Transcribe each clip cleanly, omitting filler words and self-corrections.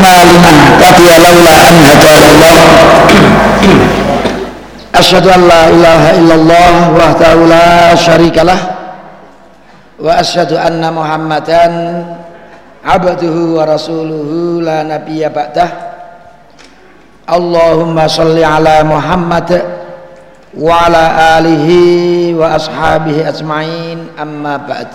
liman hadiya laula an hadallah. Asyhadu an la ilaha illallah wahdahu la syarikalah wa asyhadu anna Muhammadan abduhu wa rasuluhu la nabiyya ba'dah. Allahumma sholli ala Muhammad wa ala alihi wa ashabihi ajmain, amma ba'd.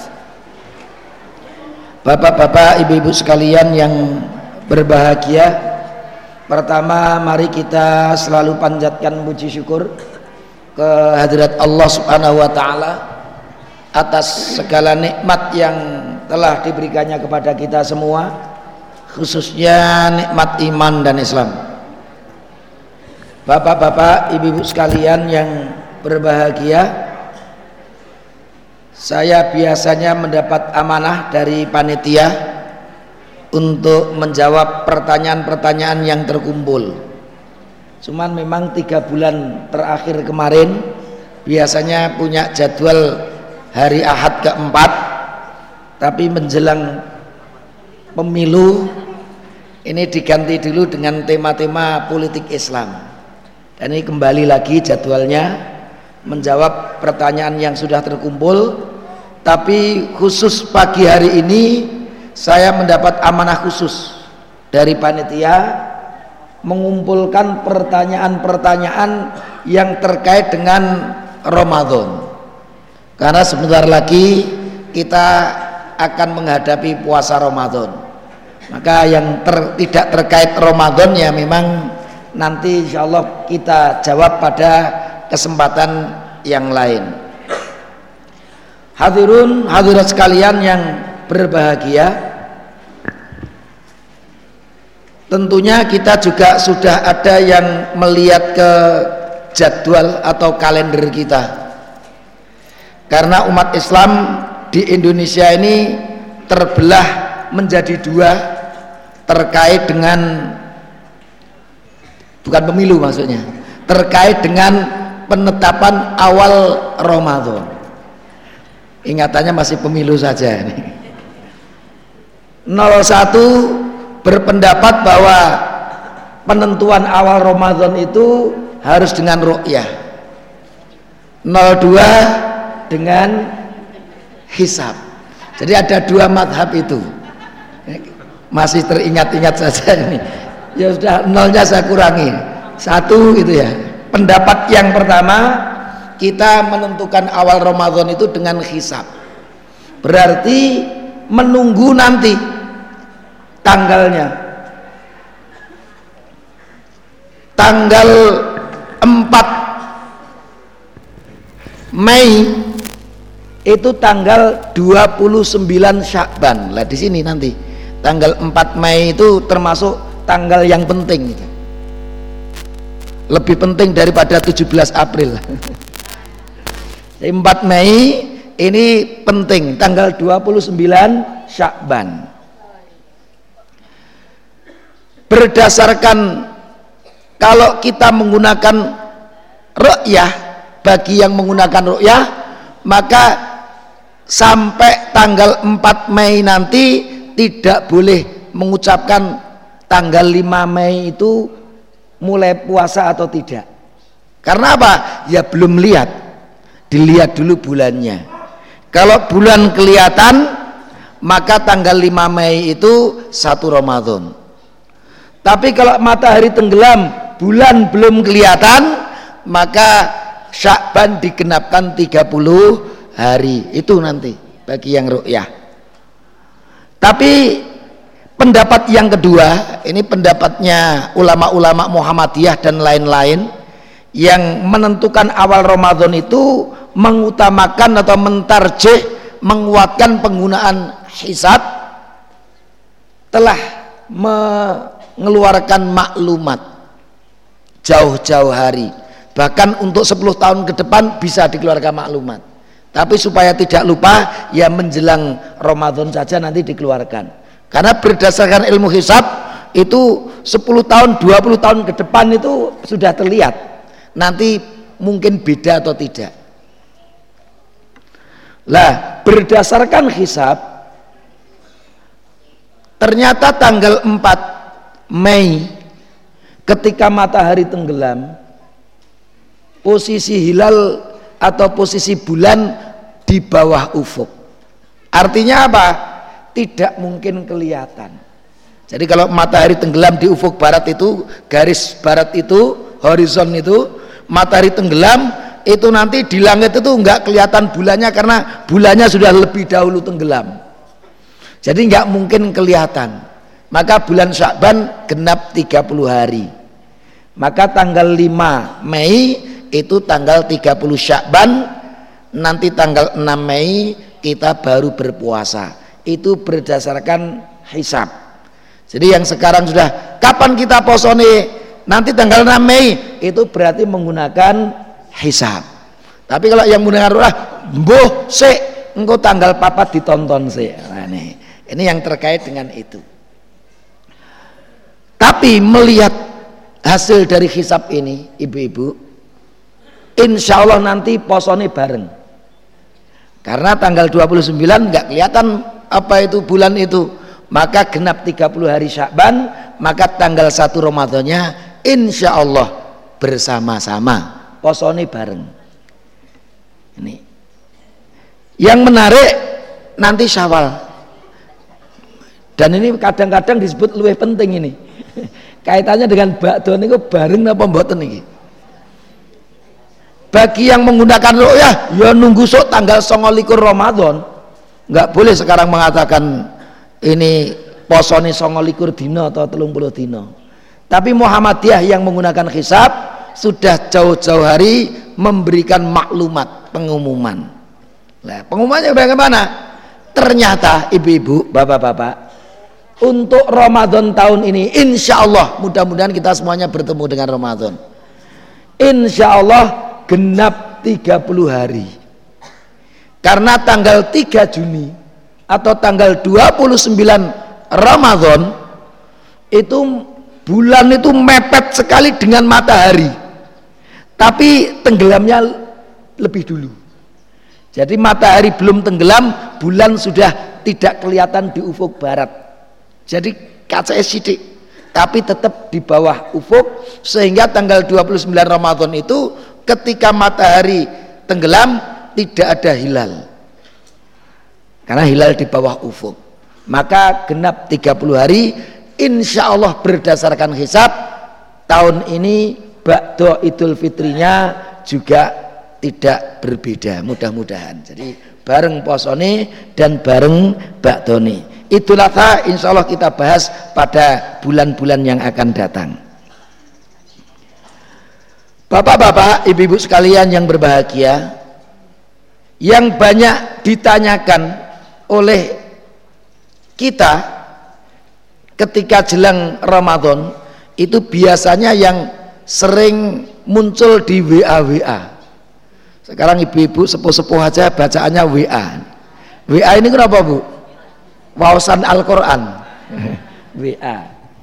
Bapak-bapak, ibu-ibu sekalian yang berbahagia, pertama mari kita selalu panjatkan puji syukur ke hadirat Allah Subhanahu wa taala atas segala nikmat yang telah diberikannya kepada kita semua, khususnya nikmat iman dan Islam. Bapak-bapak, ibu-ibu sekalian yang berbahagia, saya biasanya mendapat amanah dari panitia untuk menjawab pertanyaan-pertanyaan yang terkumpul. Cuman memang 3 bulan terakhir kemarin biasanya punya jadwal hari Ahad keempat, tapi menjelang pemilu ini diganti dulu dengan tema-tema politik Islam. Dan ini kembali lagi jadwalnya menjawab pertanyaan yang sudah terkumpul. Tapi khusus pagi hari ini saya mendapat amanah khusus dari panitia mengumpulkan pertanyaan-pertanyaan yang terkait dengan Ramadan, karena sebentar lagi kita akan menghadapi puasa Ramadan. Maka yang tidak terkait Ramadan ya memang nanti insya Allah kita jawab pada kesempatan yang lain. Hadirun hadirat sekalian yang berbahagia, tentunya kita juga sudah ada yang melihat ke jadwal atau kalender kita, karena umat Islam di Indonesia ini terbelah menjadi 2 terkait dengan, bukan pemilu maksudnya, terkait dengan penetapan awal Ramadan. Ingatannya masih pemilu saja nih. 01 berpendapat bahwa penentuan awal Ramadan itu harus dengan ru'yah. 02 dengan hisab. Jadi ada 2 madhab itu. Masih teringat-ingat saja ini. Ya sudah, 0-nya saya kurangi 1 gitu ya. Pendapat yang pertama, kita menentukan awal Ramadan itu dengan hisab, berarti menunggu nanti tanggalnya, tanggal 4 Mei itu tanggal 29 Sya'ban. Lah di sini nanti tanggal 4 Mei itu termasuk tanggal yang penting, lebih penting daripada 17 April. 4 Mei ini penting, tanggal 29 Sya'ban. Berdasarkan, kalau kita menggunakan ru'yah, bagi yang menggunakan ru'yah, maka sampai tanggal 4 Mei nanti tidak boleh mengucapkan tanggal 5 Mei itu mulai puasa atau tidak. Karena apa? Ya belum lihat. Dilihat dulu bulannya. Kalau bulan kelihatan, maka tanggal 5 Mei itu 1 Ramadan. Tapi kalau matahari tenggelam, bulan belum kelihatan, maka Sya'ban digenapkan 30 hari. Itu nanti bagi yang ru'yah. Tapi pendapat yang kedua, ini pendapatnya ulama-ulama Muhammadiyah dan lain-lain, yang menentukan awal Ramadan itu mengutamakan atau mentarjih, menguatkan penggunaan hisab, telah mengeluarkan maklumat jauh-jauh hari, bahkan untuk 10 tahun ke depan bisa dikeluarkan maklumat. Tapi supaya tidak lupa, ya menjelang Ramadan saja nanti dikeluarkan, karena berdasarkan ilmu hisab itu 10 tahun 20 tahun ke depan itu sudah terlihat nanti mungkin beda atau tidak. Lah, berdasarkan hisab ternyata tanggal 4 Mei ketika matahari tenggelam, posisi hilal atau posisi bulan di bawah ufuk. Artinya apa? Tidak mungkin kelihatan. Jadi kalau matahari tenggelam di ufuk barat itu, garis barat itu, horizon itu, matahari tenggelam itu nanti di langit itu enggak kelihatan bulannya karena bulannya sudah lebih dahulu tenggelam. Jadi enggak mungkin kelihatan. Maka bulan Sya'ban genap 30 hari. Maka tanggal 5 Mei itu tanggal 30 Sya'ban, nanti tanggal 6 Mei kita baru berpuasa. Itu berdasarkan hisab. Jadi yang sekarang sudah kapan kita posone, nanti tanggal 6 Mei itu berarti menggunakan hisab. Tapi kalau yang menggunakan ru'yah, mbuh sik engko tanggal papat ditonton sik. Nah, ini yang terkait dengan itu. Tapi melihat hasil dari hisab ini, ibu-ibu, insya Allah nanti posone bareng. Karena tanggal 29 nggak kelihatan apa itu bulan itu, maka genap 30 hari Sya'ban, maka tanggal 1 Ramadannya insya Allah bersama-sama posone bareng. Ini yang menarik nanti Syawal, dan ini kadang-kadang disebut luwih penting ini kaitannya dengan bakdo niku bareng apa mboten niki. Bagi yang menggunakan ru'yah ya nunggu sok tanggal 29 Ramadan. Enggak boleh sekarang mengatakan ini posone 29 dina atau 30 dina. Tapi Muhammadiyah yang menggunakan hisab sudah jauh-jauh hari memberikan maklumat, pengumuman. Nah, pengumumannya bagaimana? Ternyata ibu-ibu, bapak-bapak, untuk Ramadan tahun ini insya Allah, mudah-mudahan kita semuanya bertemu dengan Ramadan. Insya Allah genap 30 hari. Karena tanggal 3 Juni atau tanggal 29 Ramadan itu bulan itu mepet sekali dengan matahari, tapi tenggelamnya lebih dulu. Jadi matahari belum tenggelam, bulan sudah tidak kelihatan di ufuk barat. Jadi kacanya sidik, tapi tetap di bawah ufuk, sehingga tanggal 29 Ramadan itu ketika matahari tenggelam tidak ada hilal, karena hilal di bawah ufuk. Maka genap 30 hari insya Allah berdasarkan hisab tahun ini ba'da Idul Fitrinya juga tidak berbeda, mudah-mudahan. Jadi bareng posone dan bareng ba'done. Idul Adha insya Allah kita bahas pada bulan-bulan yang akan datang. Bapak-bapak, ibu-ibu sekalian yang berbahagia, yang banyak ditanyakan oleh kita ketika jelang Ramadan itu biasanya yang sering muncul di WA. Sekarang ibu-ibu sepuh-sepuh aja bacaannya WA. WA ini kenapa, Bu? Wawasan Al-Quran. WA.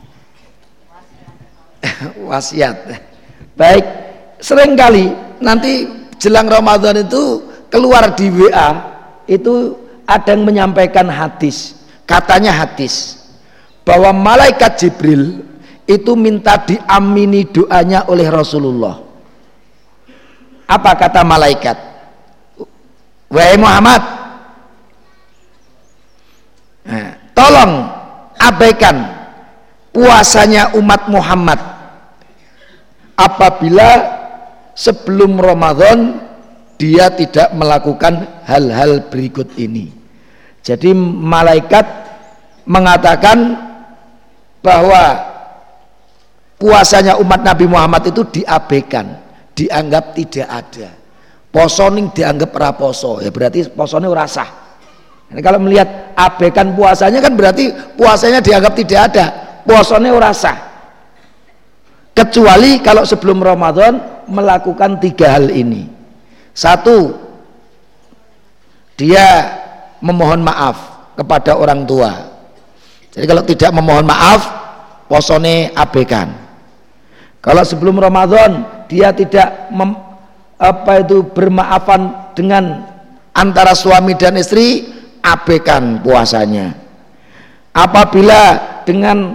Wasiat. Baik, seringkali nanti jelang Ramadan itu keluar di WA itu ada yang menyampaikan hadis. Katanya hadis bahwa malaikat Jibril itu minta diamini doanya oleh Rasulullah. Apa kata malaikat? Wahai Muhammad, tolong abaikan puasanya umat Muhammad apabila sebelum Ramadan dia tidak melakukan hal-hal berikut ini. Jadi malaikat mengatakan bahwa puasanya umat Nabi Muhammad itu diabaikan, dianggap tidak ada. Posoning dianggap raposo, ya berarti posone ora sah. Ini kalau melihat abaikan puasanya kan berarti puasanya dianggap tidak ada, posone ora sah. Kecuali kalau sebelum Ramadan melakukan 3 hal ini. 1, dia memohon maaf kepada orang tua. Jadi kalau tidak memohon maaf, posone abaikan. Kalau sebelum Ramadan dia tidak bermaafan dengan antara suami dan istri, abaikan puasanya. Apabila dengan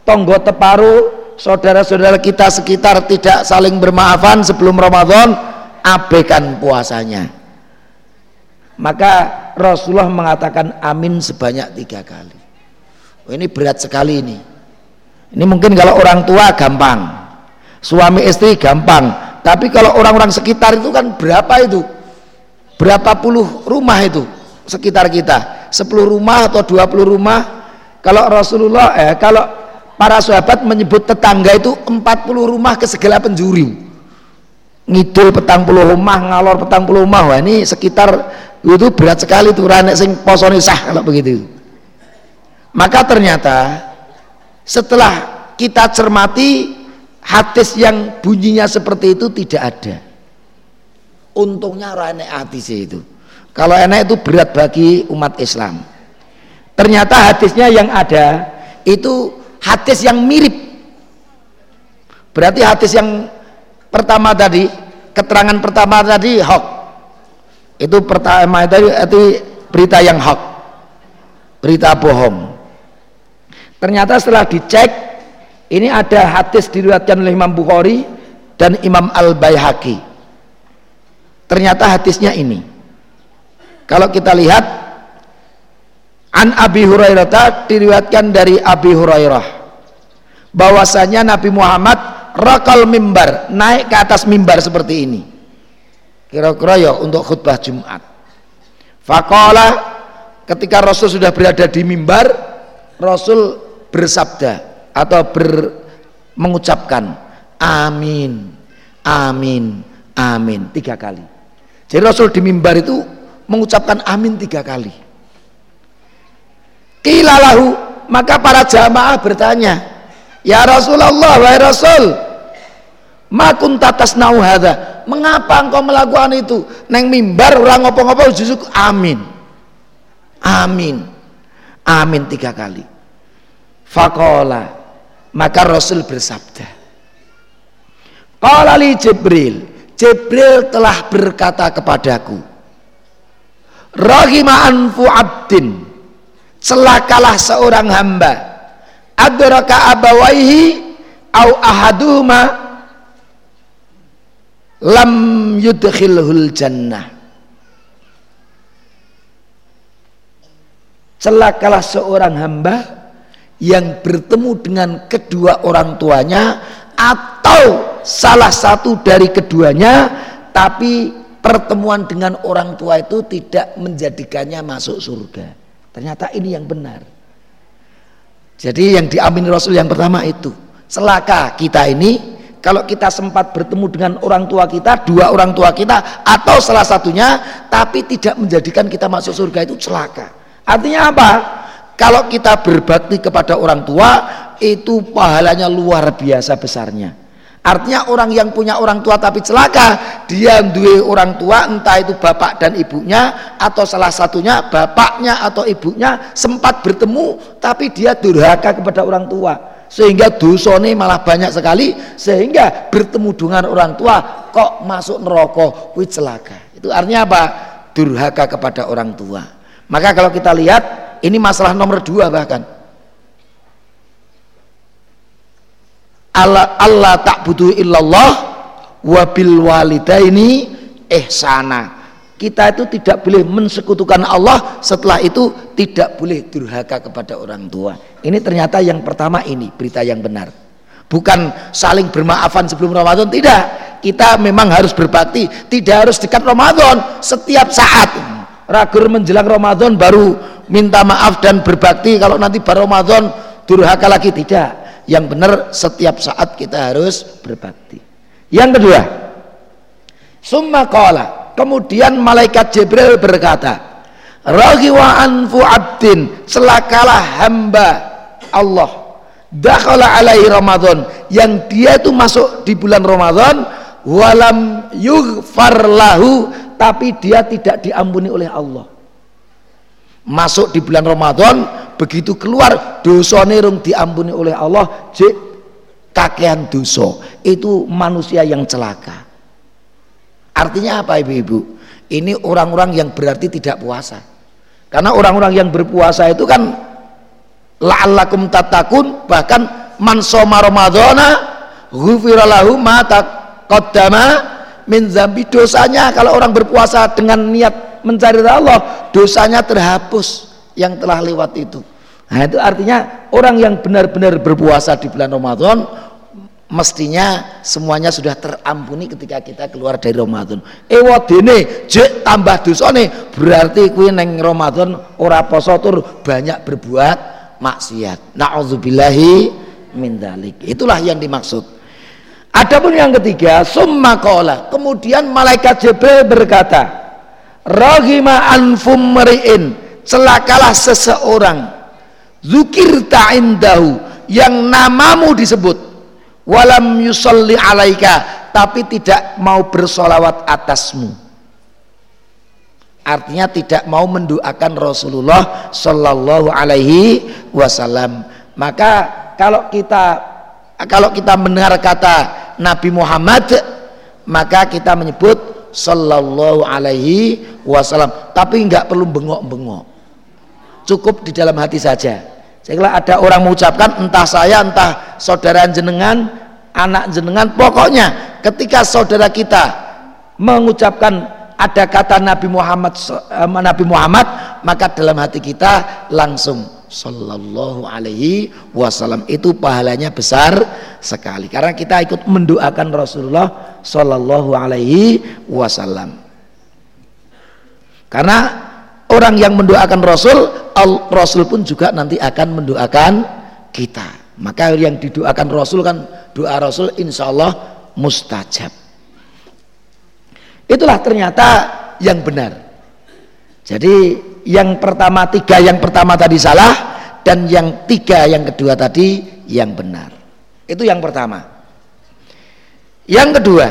tonggo teparu, saudara-saudara kita sekitar tidak saling bermaafan sebelum Ramadan, abaikan puasanya. Maka Rasulullah mengatakan amin sebanyak 3 kali. Ini berat sekali ini. Ini mungkin kalau orang tua gampang, suami istri gampang, tapi kalau orang-orang sekitar itu kan berapa itu? Berapa puluh rumah itu sekitar kita? 10 rumah atau 20 rumah? Kalau Rasulullah kalau para sahabat menyebut tetangga itu 40 rumah ke segala penjuru. Ngidul 40 rumah, ngalor 40 rumah. Wah, ini sekitar itu berat sekali tuh, ranek sing posone sah kalau begitu. Maka ternyata setelah kita cermati hadis yang bunyinya seperti itu tidak ada. Untungnya ranek hadis itu. Kalau enak itu berat bagi umat Islam. Ternyata hadisnya yang ada itu hadis yang mirip. Berarti hadis yang pertama tadi, keterangan pertama tadi hoax. Itu pertama itu berita yang hoax, berita bohong. Ternyata setelah dicek, ini ada hadis diriwayatkan oleh Imam Bukhari dan Imam Al-Baihaqi. Ternyata hadisnya ini, kalau kita lihat, an Abi Hurairah, diriwayatkan dari Abi Hurairah bahwasanya Nabi Muhammad raqal mimbar, naik ke atas mimbar seperti ini, kira-kira ya untuk khutbah Jumat. Faqala, ketika Rasul sudah berada di mimbar, Rasul bersabda atau mengucapkan amin, amin, amin 3 kali. Jadi Rasul di mimbar itu mengucapkan amin 3 kali. Qila lahu, maka para jamaah bertanya, ya Rasulullah, wahai Rasul, ma kunta tasna'u hadza, mengapa engkau melakukan itu? Neng mimbar orang ngopo-ngopo justru amin, amin, amin 3 kali. Faqala, maka Rasul bersabda, qala li Jibril, Jibril telah berkata kepadaku, raghima anfu abdin, celakalah seorang hamba, adraka abawaihi au ahaduhuma lam yudkhilhul jannah. Celakalah seorang hamba yang bertemu dengan kedua orang tuanya atau salah satu dari keduanya, tapi pertemuan dengan orang tua itu tidak menjadikannya masuk surga. Ternyata ini yang benar. Jadi yang diamini Rasul yang pertama itu, celaka kita ini kalau kita sempat bertemu dengan orang tua kita, dua orang tua kita atau salah satunya, tapi tidak menjadikan kita masuk surga, itu celaka. Artinya apa? Kalau kita berbakti kepada orang tua itu pahalanya luar biasa besarnya. Artinya orang yang punya orang tua tapi celaka, dia duwe orang tua, entah itu bapak dan ibunya atau salah satunya bapaknya atau ibunya sempat bertemu tapi dia durhaka kepada orang tua sehingga dosane malah banyak sekali, sehingga bertemu dengan orang tua kok masuk neraka, kuwi celaka. Itu artinya apa? Durhaka kepada orang tua. Maka kalau kita lihat ini masalah nomor 2 bahkan. Allah ta'budu illallah wa bil walidaini ihsana. Kita itu tidak boleh mensekutukan Allah, setelah itu tidak boleh durhaka kepada orang tua. Ini ternyata yang pertama, ini berita yang benar. Bukan saling bermaafan sebelum Ramadan, tidak. Kita memang harus berbakti, tidak harus dekat Ramadan, setiap saat. Ragur menjelang Ramadan baru minta maaf dan berbakti, kalau nanti baru Ramadan durhaka lagi, tidak. Yang benar setiap saat kita harus berbakti. Yang kedua, summa qala, kemudian malaikat Jibril berkata, raghiwa anfu abdin, celakalah hamba Allah, dakhala alaihi Ramadan, yang dia itu masuk di bulan Ramadan, walam yughfar lahu, tapi dia tidak diampuni oleh Allah. Masuk di bulan Ramadan, begitu keluar dosane rung diampuni oleh Allah, jek kakean dosa. Itu manusia yang celaka. Artinya apa ibu-ibu? Ini orang-orang yang berarti tidak puasa. Karena orang-orang yang berpuasa itu kan la'allakum tattaqun, bahkan man shoma ramadhana ghufira lahu ma taqaddama min dzambi. Dosanya kalau orang berpuasa dengan niat mencari Allah, dosanya terhapus yang telah lewat itu. Nah, itu artinya orang yang benar-benar berpuasa di bulan Ramadan mestinya semuanya sudah terampuni ketika kita keluar dari Ramadan. Wadene jek tambah dosane, berarti kuwi neng Ramadan ora poso tur banyak berbuat maksiat. Nauzubillahi min dzalik. Itulah yang dimaksud. Adapun yang ketiga, summa qala, kemudian malaikat Jibril berkata, raghima anfum mri'in, celakalah seseorang dzukirta indahu, yang namamu disebut, walam yusolli alaika, tapi tidak mau bersolawat atasmu. Artinya tidak mau mendoakan Rasulullah Sallallahu Alaihi Wasallam. Maka kalau kita mendengar kata Nabi Muhammad, maka kita menyebut Sallallahu Alaihi Wasallam, tapi nggak perlu bengok-bengok, cukup di dalam hati saja. Saya kira ada orang mengucapkan, entah saya, entah saudara jenengan, anak jenengan, pokoknya ketika saudara kita mengucapkan ada kata Nabi Muhammad, maka dalam hati kita langsung Sallallahu Alaihi Wasallam. Itu pahalanya besar sekali karena kita ikut mendoakan Rasulullah Sallallahu Alaihi Wasallam. Karena orang yang mendoakan Rasul pun juga nanti akan mendoakan kita. Maka yang didoakan Rasul kan doa Rasul insya Allah mustajab. Itulah ternyata yang benar. Jadi yang pertama, yang pertama tadi salah, dan yang yang kedua tadi yang benar. Itu yang pertama. Yang kedua,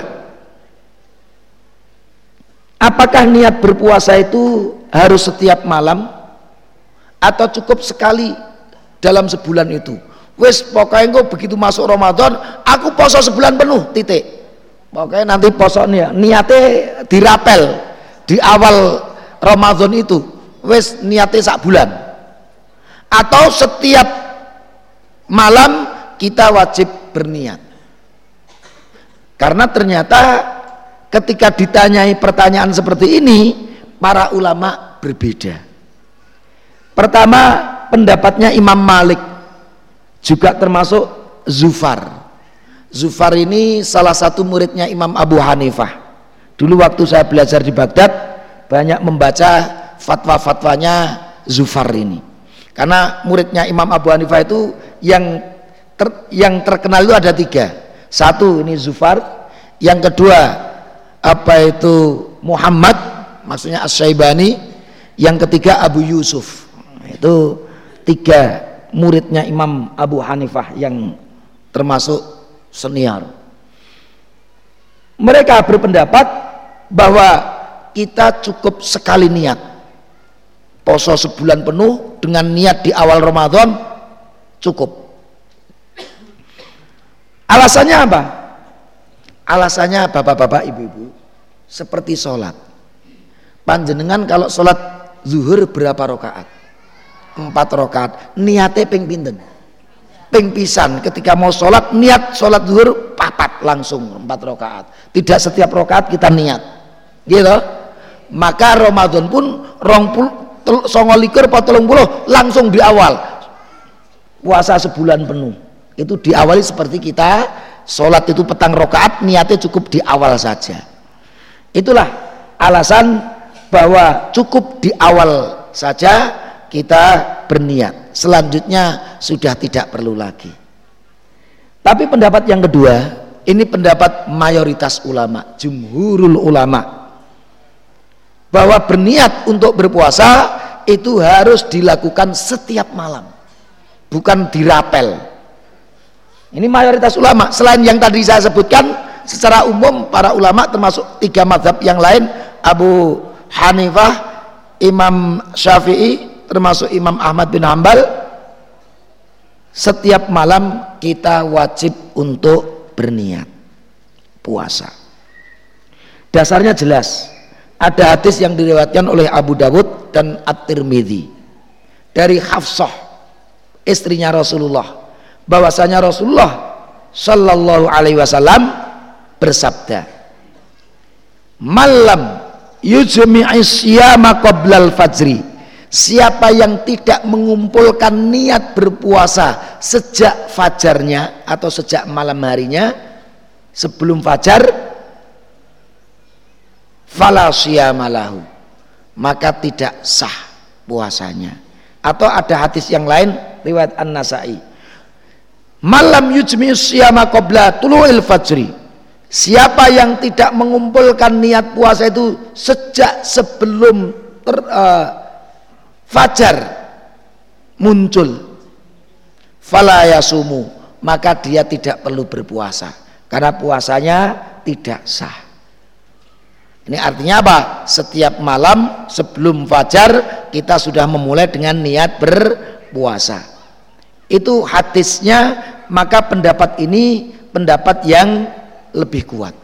apakah niat berpuasa itu harus setiap malam atau cukup sekali dalam sebulan itu? Wes pokoknya engko begitu masuk Ramadan aku poso sebulan penuh, titik. Pokoknya nanti poso niatnya dirapel di awal Ramadan itu, wes niatnya sak bulan. Atau setiap malam kita wajib berniat. Karena ternyata ketika ditanyai pertanyaan seperti ini, para ulama berbeda. Pertama, pendapatnya Imam Malik, juga termasuk Zufar. Zufar ini salah satu muridnya Imam Abu Hanifah. Dulu waktu saya belajar di Baghdad, banyak membaca fatwa-fatwanya Zufar ini. Karena muridnya Imam Abu Hanifah itu yang terkenal itu ada 3. Satu ini Zufar, yang kedua Muhammad, maksudnya As-Syaibani, yang ketiga Abu Yusuf. Itu 3 muridnya Imam Abu Hanifah yang termasuk senior. Mereka berpendapat bahwa kita cukup sekali niat poso sebulan penuh dengan niat di awal Ramadan cukup. Alasannya apa? Alasannya bapak-bapak, ibu-ibu, seperti sholat. Panjenengan kalau sholat zuhur berapa rakaat? 4 rakaat. Niatnya ping pinten? Ping pisan. Ketika mau sholat, niat sholat zuhur 4 langsung 4 rakaat. Tidak setiap rakaat kita niat, gitu. Maka Ramadan pun 29 langsung di awal puasa sebulan penuh. Itu diawali seperti kita sholat itu petang rakaat, niatnya cukup di awal saja. Itulah alasan bahwa cukup di awal saja kita berniat, selanjutnya sudah tidak perlu lagi. Tapi pendapat yang kedua, ini pendapat mayoritas ulama, jumhurul ulama, bahwa berniat untuk berpuasa itu harus dilakukan setiap malam, bukan dirapel. Ini mayoritas ulama. Selain yang tadi saya sebutkan, secara umum para ulama termasuk 3 mazhab yang lain, Abu Hanifah, Imam Syafi'i, termasuk Imam Ahmad bin Hanbal, setiap malam kita wajib untuk berniat puasa. Dasarnya jelas. Ada hadis yang diriwayatkan oleh Abu Dawud dan At-Tirmidzi dari Hafsah, istrinya Rasulullah. bahwasanya Rasulullah Shallallahu Alaihi Wasallam bersabda, malam yujmi'is siyama qoblal fajri, siapa yang tidak mengumpulkan niat berpuasa sejak fajarnya atau sejak malam harinya sebelum fajar, fala siyamalahu, maka tidak sah puasanya. Atau ada hadis yang lain riwayat An-Nasa'i, malam yujmi'us siyama qabla tulu'il fajri, siapa yang tidak mengumpulkan niat puasa itu sejak sebelum fajar muncul, fala yasumu, maka dia tidak perlu berpuasa karena puasanya tidak sah. Ini artinya apa? Setiap malam sebelum fajar kita sudah memulai dengan niat berpuasa. Itu hadisnya, maka pendapat ini pendapat yang lebih kuat.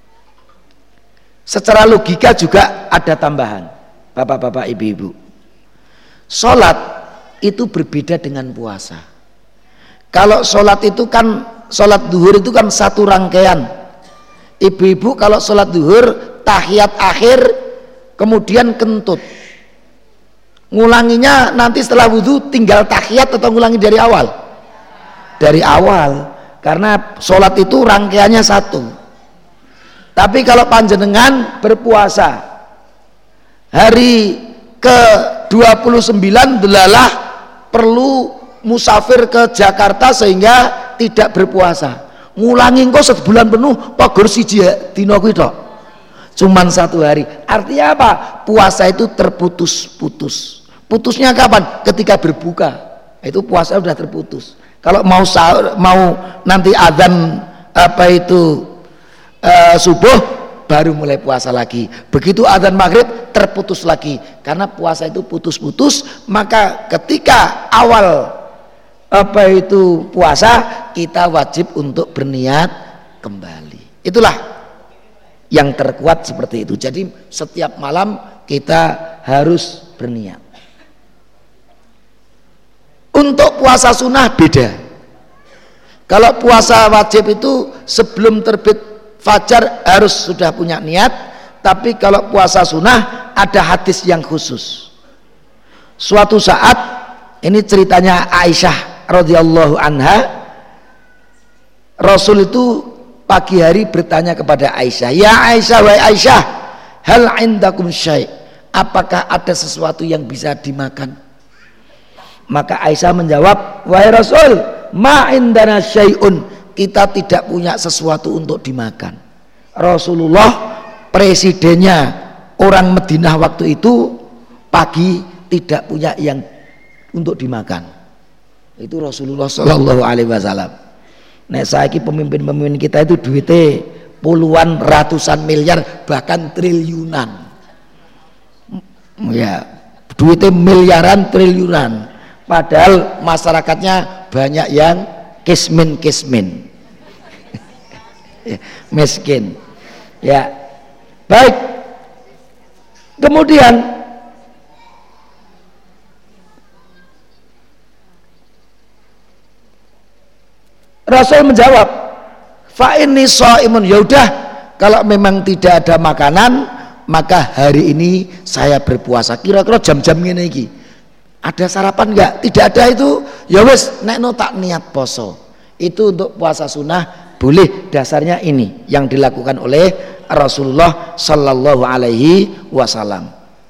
Secara logika juga ada tambahan, bapak-bapak, ibu-ibu. Sholat itu berbeda dengan puasa. Kalau sholat itu kan, sholat duhur itu kan satu rangkaian. Ibu-ibu kalau sholat duhur tahiyat akhir kemudian kentut, ngulanginya nanti setelah wudhu tinggal tahiyat atau ngulangi dari awal? Dari awal, karena sholat itu rangkaiannya satu. Tapi kalau panjenengan berpuasa hari ke 29 delalah perlu musafir ke Jakarta sehingga tidak berpuasa, ngulangi kok sebulan penuh pagor siji dina kuwi tok, cuman satu hari. Artinya apa? Puasa itu terputus-putus. Putusnya kapan? Ketika berbuka, itu puasa sudah terputus. Kalau mau sahur, mau nanti adzan apa itu subuh, baru mulai puasa lagi. Begitu adzan maghrib terputus lagi, karena puasa itu putus-putus. Maka ketika awal apa itu puasa, kita wajib untuk berniat kembali. Itulah yang terkuat seperti itu. Jadi setiap malam kita harus berniat. Untuk puasa sunnah beda. Kalau puasa wajib itu sebelum terbit fajar harus sudah punya niat. Tapi kalau puasa sunnah ada hadis yang khusus. Suatu saat, ini ceritanya Aisyah radhiyallahu anha, Rasul itu pagi hari bertanya kepada Aisyah, ya Aisyah, wahai Aisyah, hal indakum syai', apakah ada sesuatu yang bisa dimakan? Maka Aisyah menjawab, wahai Rasul, ma indana syai'un, kita tidak punya sesuatu untuk dimakan. Rasulullah presidennya orang Madinah waktu itu pagi tidak punya yang untuk dimakan. Itu Rasulullah Shallallahu Alaihi Wasallam. Nek saiki pemimpin-pemimpin kita itu duitnya puluhan, ratusan miliar, bahkan triliunan. Ya, duitnya miliaran, triliunan. Padahal masyarakatnya banyak yang kismin miskin. Ya, baik. Kemudian Rasul menjawab, fa inni shaimun, ya udah, kalau memang tidak ada makanan maka hari ini saya berpuasa. Kira-kira jam-jam ngene iki ada sarapan enggak? Tidak ada, itu ya wis nek no tak niat poso. Itu untuk puasa sunnah boleh, dasarnya ini yang dilakukan oleh Rasulullah Sallallahu Alaihi Wasallam.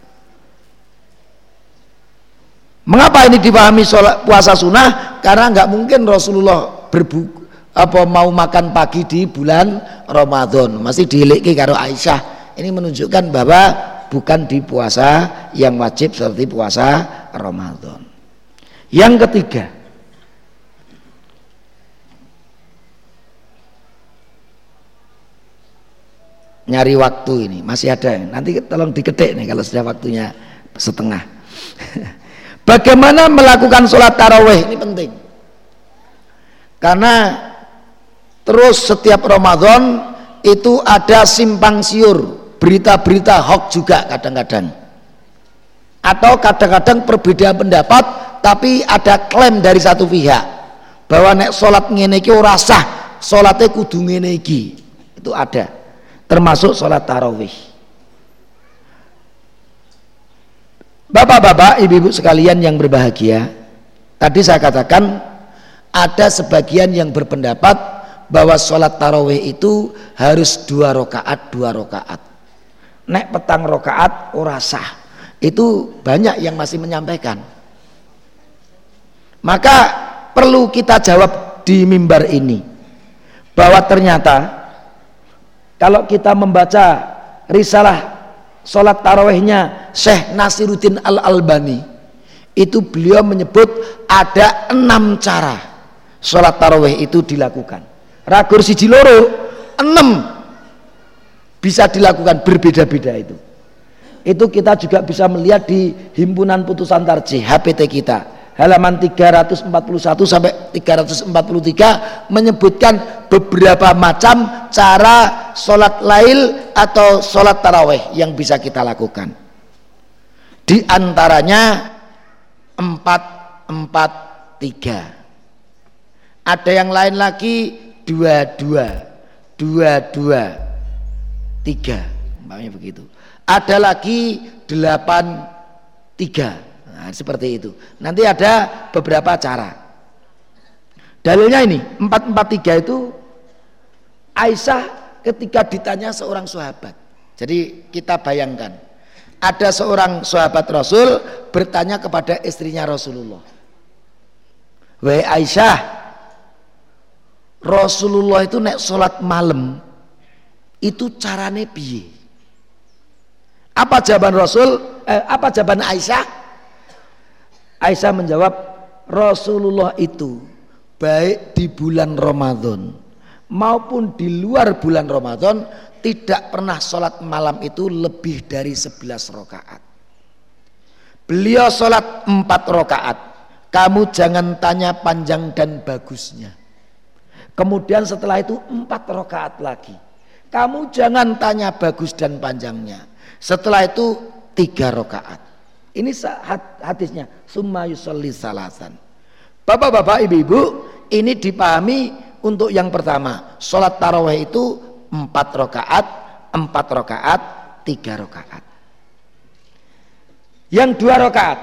Mengapa ini dipahami puasa sunnah? Karena nggak mungkin Rasulullah mau makan pagi di bulan Ramadan, masih dileki karo Aisyah. Ini menunjukkan bahwa bukan di puasa yang wajib seperti puasa Ramadan. Yang ketiga, nyari waktu. Ini masih ada, nanti tolong diketik nih kalau sudah waktunya setengah. Bagaimana melakukan sholat tarawih, ini penting, karena terus setiap Ramadan itu ada simpang siur, berita-berita hoax juga kadang-kadang, atau kadang-kadang perbedaan pendapat tapi ada klaim dari satu pihak. bahwa nek salat ngene iki ora sah, salate kudu ngene iki. Itu ada. Termasuk salat tarawih. Bapak-bapak, ibu-ibu sekalian yang berbahagia, tadi saya katakan ada sebagian yang berpendapat bahwa sholat tarawih itu harus 2 rakaat. Nek petang rakaat ora sah. Itu banyak yang masih menyampaikan. Maka perlu kita jawab di mimbar ini bahwa ternyata kalau kita membaca risalah sholat tarawihnya Syekh Nasiruddin Al-Albani, itu beliau menyebut ada 6 cara sholat tarawih itu dilakukan. Ragur siji loro 6 bisa dilakukan, berbeda-beda itu. Itu kita juga bisa melihat di himpunan putusan tarjih HPT kita halaman 341 sampai 343 menyebutkan beberapa macam cara sholat lail atau sholat tarawih yang bisa kita lakukan. Di antaranya 4-4-3. Ada yang lain lagi 2-2, 2-2-3, umpamanya begitu. Ada lagi 8-3. Nah, seperti itu. Nanti ada beberapa cara. Dalilnya ini 4-4-3 itu Aisyah ketika ditanya seorang sahabat. Jadi kita bayangkan ada seorang sahabat Rasul bertanya kepada istrinya Rasulullah, "Wahai Aisyah, Rasulullah itu nek sholat malam itu carane piye?" Apa jawaban apa jawaban Aisyah? Aisyah menjawab, Rasulullah itu baik di bulan Ramadan maupun di luar bulan Ramadan tidak pernah sholat malam itu lebih dari 11 rakaat. Beliau sholat 4 rakaat. Kamu jangan tanya panjang dan bagusnya. Kemudian setelah itu 4 rakaat lagi. Kamu jangan tanya bagus dan panjangnya. Setelah itu 3 rakaat. Ini hadisnya. Summa yusolli salasan. Bapak-bapak, ibu-ibu, ini dipahami untuk yang pertama. Sholat tarawih itu 4 rakaat, 3 rakaat. Yang 2 rakaat.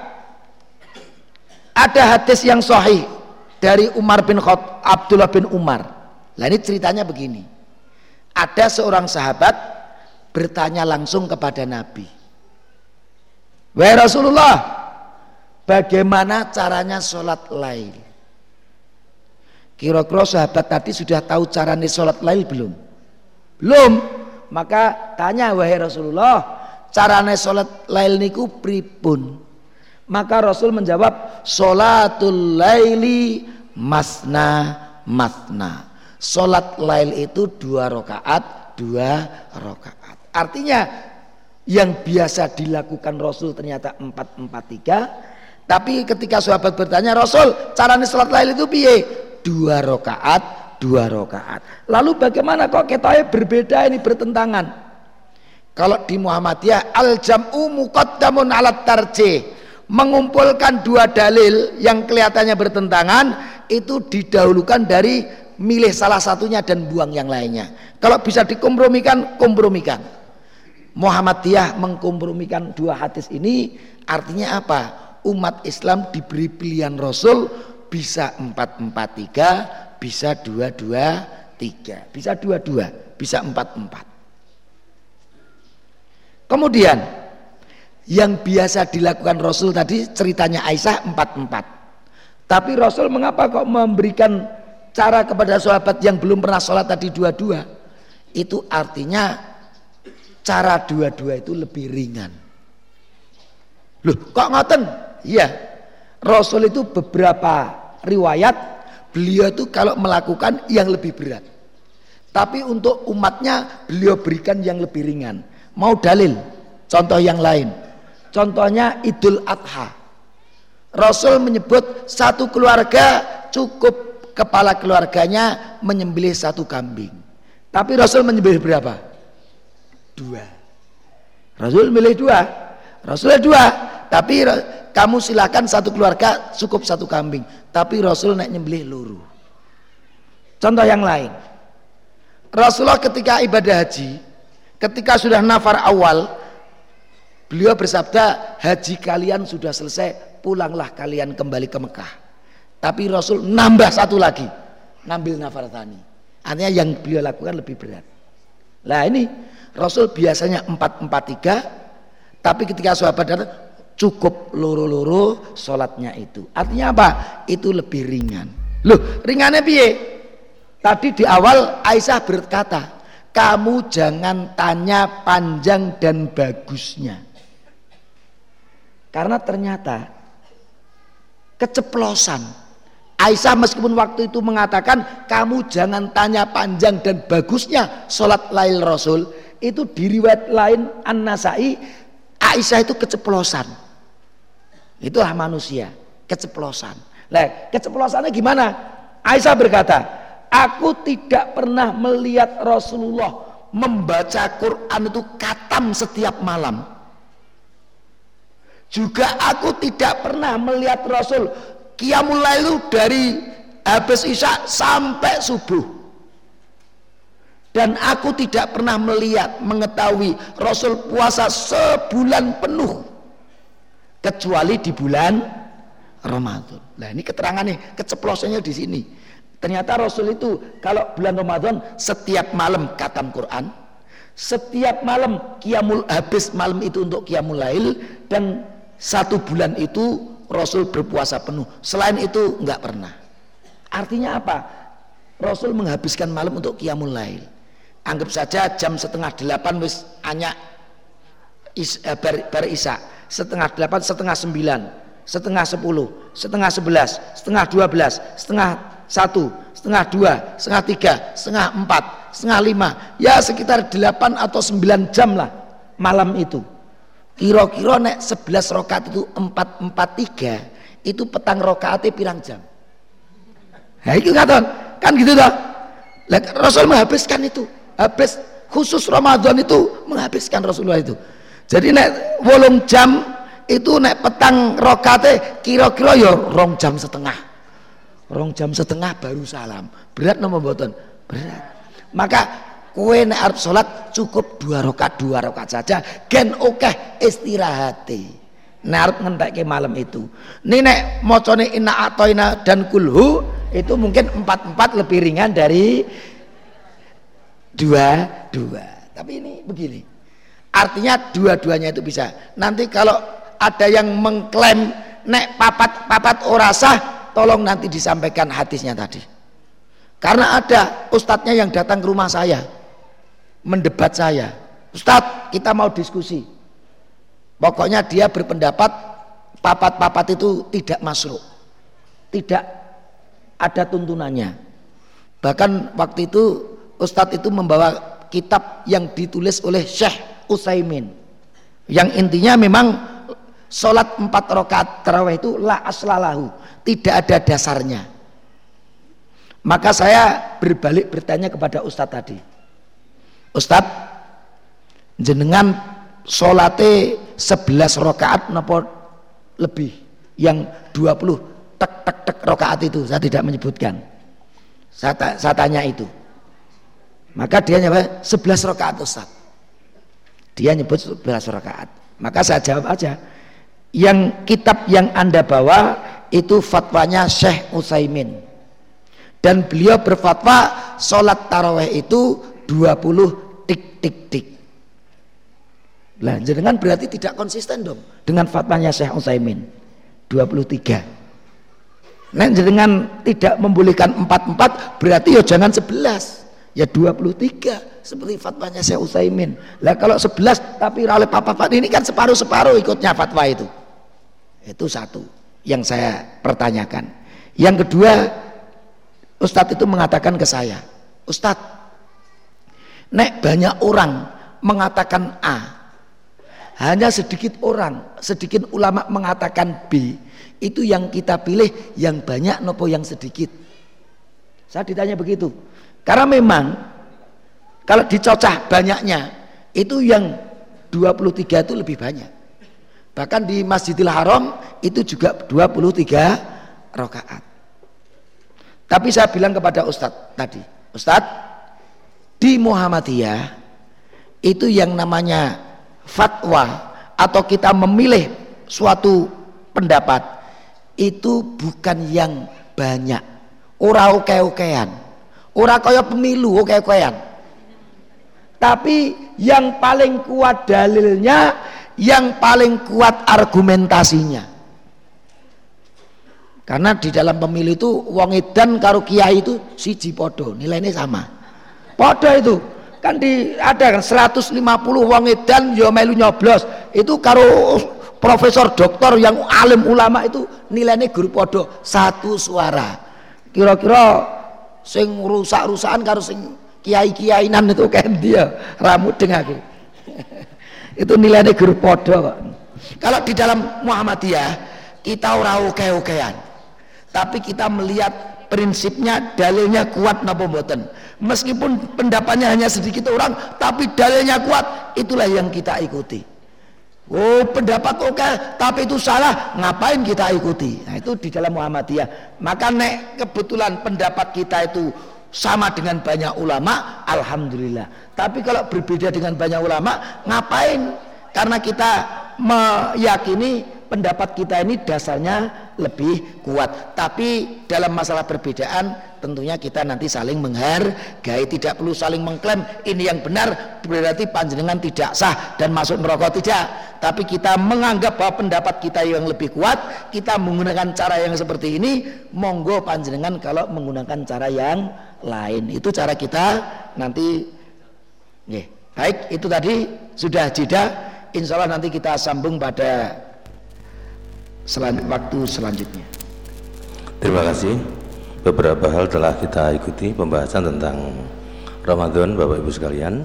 Ada hadis yang sahih dari Abdullah bin Umar. Nah, ini ceritanya begini. Ada seorang sahabat bertanya langsung kepada Nabi, "Wahai Rasulullah, bagaimana caranya sholat lail?" Kira-kira sahabat tadi sudah tahu caranya sholat lail belum? Belum. Maka tanya, "Wahai Rasulullah, caranya sholat lail niku pripun?" Maka Rasul menjawab, "Sholatul laili masna masna." Sholat lail itu 2 rakaat, 2 rakaat. Artinya yang biasa dilakukan Rasul ternyata 4-4-3. Tapi ketika sahabat bertanya, "Rasul, caranya sholat lail itu piye?" 2 rakaat, 2 rakaat. Lalu bagaimana kok ketoknya berbeda, ini bertentangan? Kalau di Muhammadiyah al-jam'u muqaddamun alat tarjih, mengumpulkan 2 dalil yang kelihatannya bertentangan itu didahulukan dari milih salah satunya dan buang yang lainnya. Kalau bisa dikompromikan, kompromikan. Muhammadiyah mengkompromikan 2 hadis ini, artinya apa? Umat Islam diberi pilihan Rasul, bisa 4-4-3, bisa 2-2-3, bisa 2-2, bisa 4-4. Kemudian yang biasa dilakukan Rasul tadi ceritanya Aisyah 4-4. Tapi Rasul mengapa kok memberikan cara kepada sahabat yang belum pernah sholat tadi 2-2? Itu artinya cara 2-2 itu lebih ringan. Loh, kok ngoten? Iya, Rasul itu beberapa riwayat beliau itu kalau melakukan yang lebih berat, tapi untuk umatnya beliau berikan yang lebih ringan. Mau dalil? Contoh yang lain. Contohnya Idul Adha. Rasul menyebut satu keluarga cukup kepala keluarganya menyembelih 1 kambing. Tapi Rasul menyembelih berapa? 2. Rasul milih 2. Rasul 2. Tapi kamu silakan satu keluarga cukup 1 kambing. Tapi Rasul naik nyembelih loro. Contoh yang lain, Rasulullah ketika ibadah haji, ketika sudah nafar awal, beliau bersabda, haji kalian sudah selesai, pulanglah kalian kembali ke Mekah. Tapi Rasul nambah satu lagi, ngambil nafar tsani. Artinya yang beliau lakukan lebih berat. Nah ini Rasul biasanya 4-4-3, tapi ketika sahabat datang cukup loro-loro sholatnya itu. Artinya apa? Itu lebih ringan. Loh, ringannya piye? Tadi di awal Aisyah berkata, kamu jangan tanya panjang dan bagusnya. Karena ternyata keceplosan. Aisyah meskipun waktu itu mengatakan kamu jangan tanya panjang dan bagusnya sholat lail Rasul, itu di riwayat lain An-Nasai, Aisyah itu keceplosan. Itulah manusia, keceplosan. Nah, keceplosannya gimana? Aisyah berkata, aku tidak pernah melihat Rasulullah membaca Quran itu khatam setiap malam. Juga aku tidak pernah melihat Rasul Qiyamul Lail itu dari habis Isya sampai subuh. Dan aku tidak pernah mengetahui Rasul puasa sebulan penuh kecuali di bulan Ramadan. Nah ini keterangan nih, keceplosannya di sini. Ternyata Rasul itu kalau bulan Ramadan setiap malam khatam Quran, setiap malam habis malam itu untuk Qiyamul Lail, dan satu bulan itu Rasul berpuasa penuh. Selain itu enggak pernah. Artinya apa? Rasul menghabiskan malam untuk Qiyamul Lail. Anggap saja jam 7:30 wis anyak bar Isya, 7:30, 8:30, 9, 10:30, 10:11, 10:12, 1:30, 2:30, 3:30, 4:30, 5:30, ya sekitar 8 atau 9 jam lah malam itu. Kira-kira nek 11 rakaat itu 4-4-3, itu petang rakaatnya pirang jam. Nah itu kan gitu toh. Rasul menghabiskan itu, habis khusus Ramadan itu menghabiskan Rasulullah itu. Jadi nek 8 jam itu nek petang rakaatnya kira-kira ya 2 jam setengah. 2 jam setengah baru salam. Berat napa mboten? Berat. Maka kowe nek arep salat cukup 2 rakaat saja, gen akeh istirahate. Nek arep ngentekke malam itu. Ini nek macane inna atoina dan kulhu itu mungkin 4-4 lebih ringan dari 2. Tapi ini begini. Artinya dua-duanya itu bisa. Nanti kalau ada yang mengklaim nek papat ora sah, tolong nanti disampaikan hadisnya tadi. Karena ada ustadznya yang datang ke rumah saya mendebat saya, Ustadz kita mau diskusi, pokoknya dia berpendapat papat itu tidak masruh, tidak ada tuntunannya. Bahkan waktu itu Ustadz itu membawa kitab yang ditulis oleh Syekh Utsaimin, yang intinya memang sholat 4 rakaat tarawih itu la aslalahu, tidak ada dasarnya. Maka saya berbalik bertanya kepada Ustadz tadi, Ustadz jenengan sholate 11 rakaat napa lebih, yang 20 tek rakaat itu saya tidak menyebutkan, saya tanya itu. Maka dia nyebut 11 rakaat Ustadz, dia nyebut 11 rakaat. Maka saya jawab aja, yang kitab yang Anda bawa itu fatwanya Syekh Utsaimin, dan beliau berfatwa sholat tarawih itu 20 tik. Lah jenengan berarti tidak konsisten dong dengan fatwanya Syekh Utsaimin 23. Nek jenengan tidak membolehkan 4-4, berarti ya jangan 11, ya 23 seperti fatwanya Syekh Utsaimin. Lah kalau 11 tapi oleh papat ini kan separuh-separuh ikutnya fatwa itu. Itu satu yang saya pertanyakan. Yang kedua, Ustadz itu mengatakan ke saya, Ustadz, nek banyak orang mengatakan A, hanya sedikit ulama mengatakan B, itu yang kita pilih yang banyak nopo yang sedikit. Saya ditanya begitu, karena memang kalau dicocah banyaknya itu yang 23 itu lebih banyak. Bahkan di Masjidil Haram itu juga 23 rakaat. Tapi saya bilang kepada Ustadz tadi, Ustadz, di Muhammadiyah itu yang namanya fatwa atau kita memilih suatu pendapat itu bukan yang banyak, ora oke-okean, ora kaya pemilu oke-okean, tapi yang paling kuat dalilnya, yang paling kuat argumentasinya. Karena di dalam pemilu itu wong edan karo kiai itu siji podo, nilainya sama. Podo itu kan ada kan 150 wong edan yo melu nyoblos, itu karo profesor doktor yang alim ulama itu nilainya guru podo satu suara. Kira-kira sing rusak-rusakan karo sing kiai-kiainan itu kan dia rambut dengaku. Itu nilainya guru podo kok. Kalau di dalam Muhammadiyah kita ora oke-okean, tapi kita melihat prinsipnya, dalilnya kuat napa mboten. Meskipun pendapatnya hanya sedikit orang, tapi dalilnya kuat, itulah yang kita ikuti. Oh, pendapat oke, tapi itu salah, ngapain kita ikuti? Nah, itu di dalam Muhammadiyah. Maka nek kebetulan pendapat kita itu sama dengan banyak ulama, alhamdulillah. Tapi kalau berbeda dengan banyak ulama, ngapain? Karena kita meyakini pendapat kita ini dasarnya lebih kuat. Tapi dalam masalah perbedaan tentunya kita nanti saling menghargai, tidak perlu saling mengklaim ini yang benar berarti panjenengan tidak sah dan masuk neraka, tidak. Tapi kita menganggap bahwa pendapat kita yang lebih kuat, kita menggunakan cara yang seperti ini, monggo panjenengan kalau menggunakan cara yang lain. Itu cara kita nanti. Baik, itu tadi sudah jeda. Insya Allah nanti kita sambung pada waktu selanjutnya. Terima kasih. Beberapa hal telah kita ikuti pembahasan tentang Ramadan, Bapak Ibu sekalian.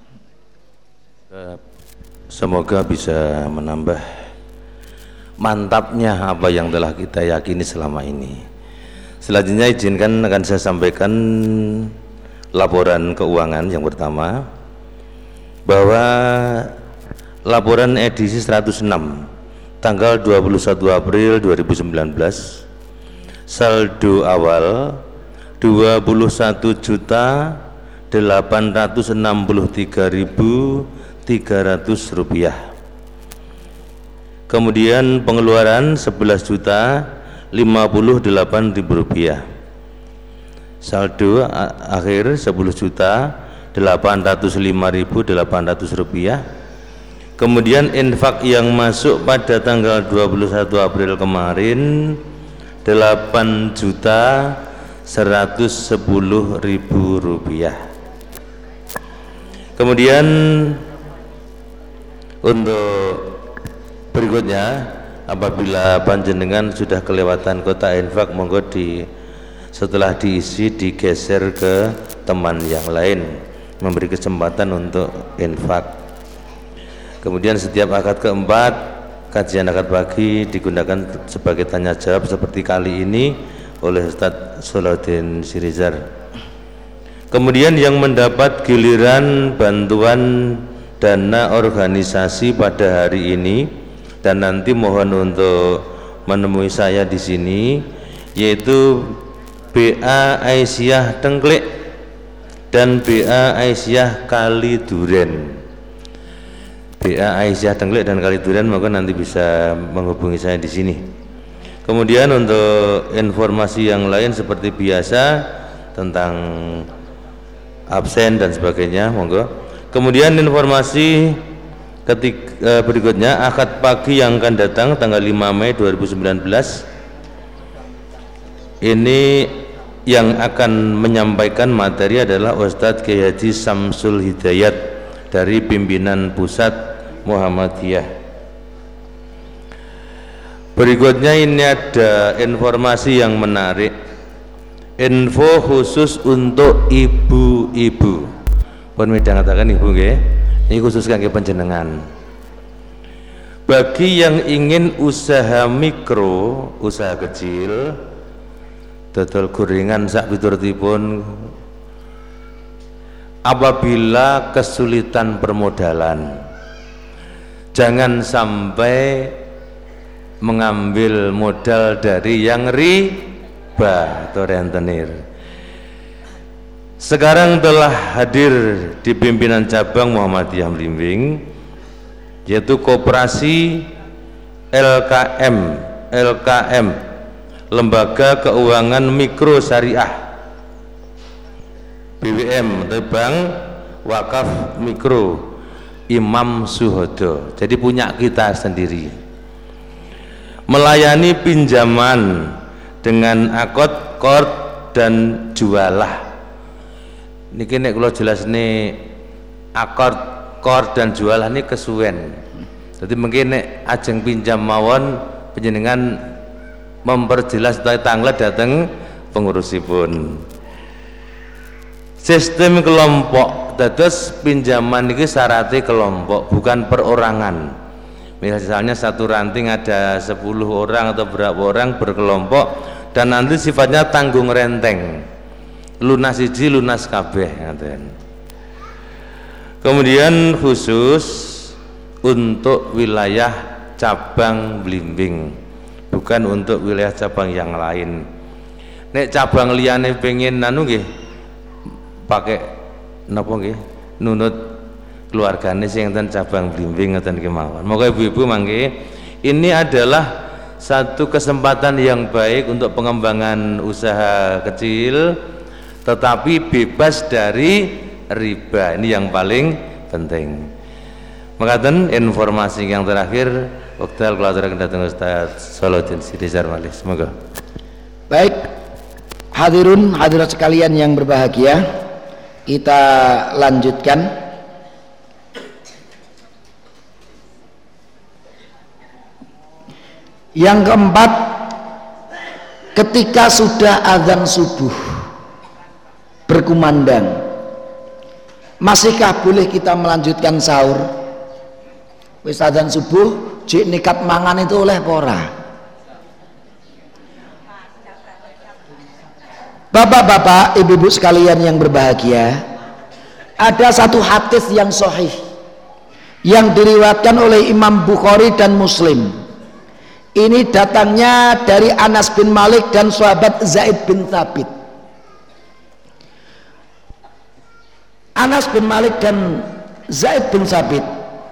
Semoga bisa menambah mantapnya apa yang telah kita yakini selama ini. Selanjutnya izinkan akan saya sampaikan laporan keuangan yang pertama, bahwa laporan edisi 106 tanggal 21 April 2019, saldo awal 21.863.300 rupiah. Kemudian pengeluaran 11.058.000 rupiah. Saldo akhir 10.805.800 rupiah. Kemudian infak yang masuk pada tanggal 21 April kemarin 8.110.000 rupiah. Kemudian untuk berikutnya, apabila panjenengan sudah kelewatan kotak infak, monggo setelah diisi digeser ke teman yang lain, memberi kesempatan untuk infak. Kemudian setiap akad keempat, kajian akad pagi digunakan sebagai tanya jawab seperti kali ini oleh Ustadz Salahuddin Sirizar. Kemudian yang mendapat giliran bantuan dana organisasi pada hari ini dan nanti mohon untuk menemui saya di sini, yaitu BA Aisyah Tengklek dan BA Aisyah Kali Duren. BA Aisyah Tengklek dan Kali Duren, maka nanti bisa menghubungi saya di sini. Kemudian untuk informasi yang lain seperti biasa tentang absen dan sebagainya, monggo. Kemudian informasi berikutnya, akad pagi yang akan datang tanggal 5 Mei 2019 ini yang akan menyampaikan materi adalah Ustadz Kiai Haji Samsul Hidayat dari pimpinan pusat Muhammadiyah. Berikutnya ini ada informasi yang menarik, info khusus untuk ibu-ibu. Pun midhangetaken ibu nggih, ini khusus kangge panjenengan. Bagi yang ingin usaha mikro, usaha kecil, dodol gorengan sak piturutipun, apabila kesulitan permodalan, jangan sampai mengambil modal dari yang Ba atau rentenir. Sekarang telah hadir di pimpinan cabang Muhammadiyah Blimbing, yaitu Koperasi LKM, Lembaga Keuangan Mikro Syariah, BWM atau Bank Wakaf Mikro, Imam Suhodo. Jadi punya kita sendiri, melayani pinjaman dengan akad, qard dan jualah. Niki nek kula jelas nih akad, qard dan jualah ini kesuwen. Jadi mungkin nek ajeng pinjam mawon panjenengan memperjelas tanglet dateng pengurusipun. Sistem kelompok, dados pinjaman ini syaratnya kelompok, bukan perorangan. Misalnya satu ranting ada 10 orang atau berapa orang berkelompok, dan nanti sifatnya tanggung renteng, lunas siji lunas kabeh. Kemudian khusus untuk wilayah cabang Blimbing, bukan untuk wilayah cabang yang lain. Nek cabang liyane pengen nanu nggih pakai napa nggih nunut keluargane sing enten cabang Blimbing ngoten kemawon. Moga ibu-ibu mangke ini adalah satu kesempatan yang baik untuk pengembangan usaha kecil tetapi bebas dari riba. Ini yang paling penting. Makaten informasi yang terakhir wekdal kula aturaken dhateng Ustaz Salahuddin Siti Sarmali. Semoga. Baik, hadirin hadirat sekalian yang berbahagia, kita lanjutkan. Yang keempat, ketika sudah azan subuh berkumandang, masihkah boleh kita melanjutkan sahur? Wis azan subuh, jik nikat mangan itu oleh pora. Bapak-bapak, ibu-ibu sekalian yang berbahagia, ada satu hadis yang sahih yang diriwayatkan oleh Imam Bukhari dan Muslim. Ini datangnya dari Anas bin Malik dan sahabat Zaid bin Thabit. Anas bin Malik dan Zaid bin Thabit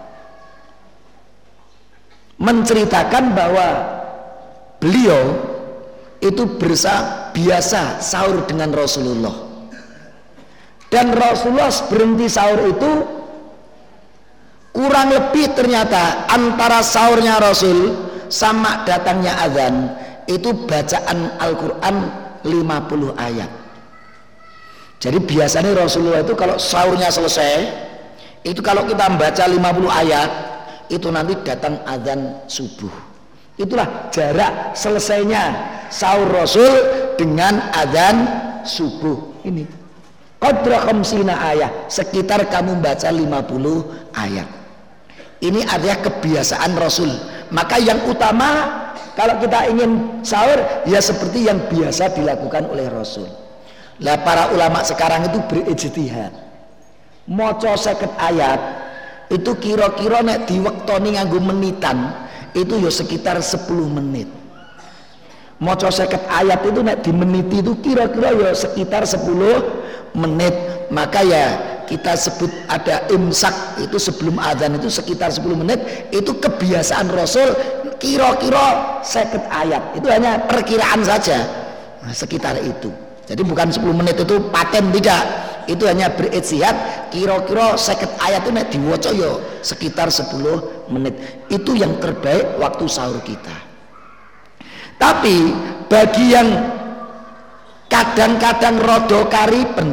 menceritakan bahwa beliau itu biasa sahur dengan Rasulullah, dan Rasulullah berhenti sahur itu kurang lebih ternyata antara sahurnya Rasul sama datangnya azan itu bacaan Al-Quran 50 ayat. Jadi biasanya Rasulullah itu kalau sahurnya selesai itu kalau kita membaca 50 ayat itu nanti datang azan subuh. Itulah jarak selesainya sahur Rasul dengan azan subuh ini. Qadra khamsina ayat, sekitar kamu baca 50 ayat. Ini adalah kebiasaan Rasul. Maka yang utama kalau kita ingin sahur ya seperti yang biasa dilakukan oleh Rasul. Lah para ulama sekarang itu berijtihad. Maca 50 ayat itu kira-kira nek diwektoni nganggo menitan itu ya sekitar 10 menit. Maca 50 ayat itu nek dimeniti itu kira-kira ya sekitar 10 menit. Maka ya kita sebut ada imsak itu sebelum azan itu sekitar 10 menit. Itu kebiasaan Rasul kira-kira 50 ayat. Itu hanya perkiraan saja. Nah, sekitar itu. Jadi bukan 10 menit itu paten, tidak. Itu hanya berijtihad kira-kira 50 ayat itu nek diwaca ya sekitar 10 menit. Itu yang terbaik waktu sahur kita. Tapi bagi yang kadang-kadang rodo karipan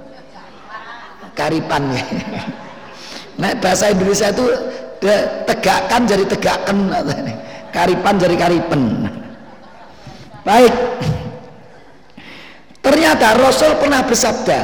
ya. Nah, bahasa Indonesia itu tegakkan jadi tegakkan, karipan jadi karipan. Baik, ternyata Rasul pernah bersabda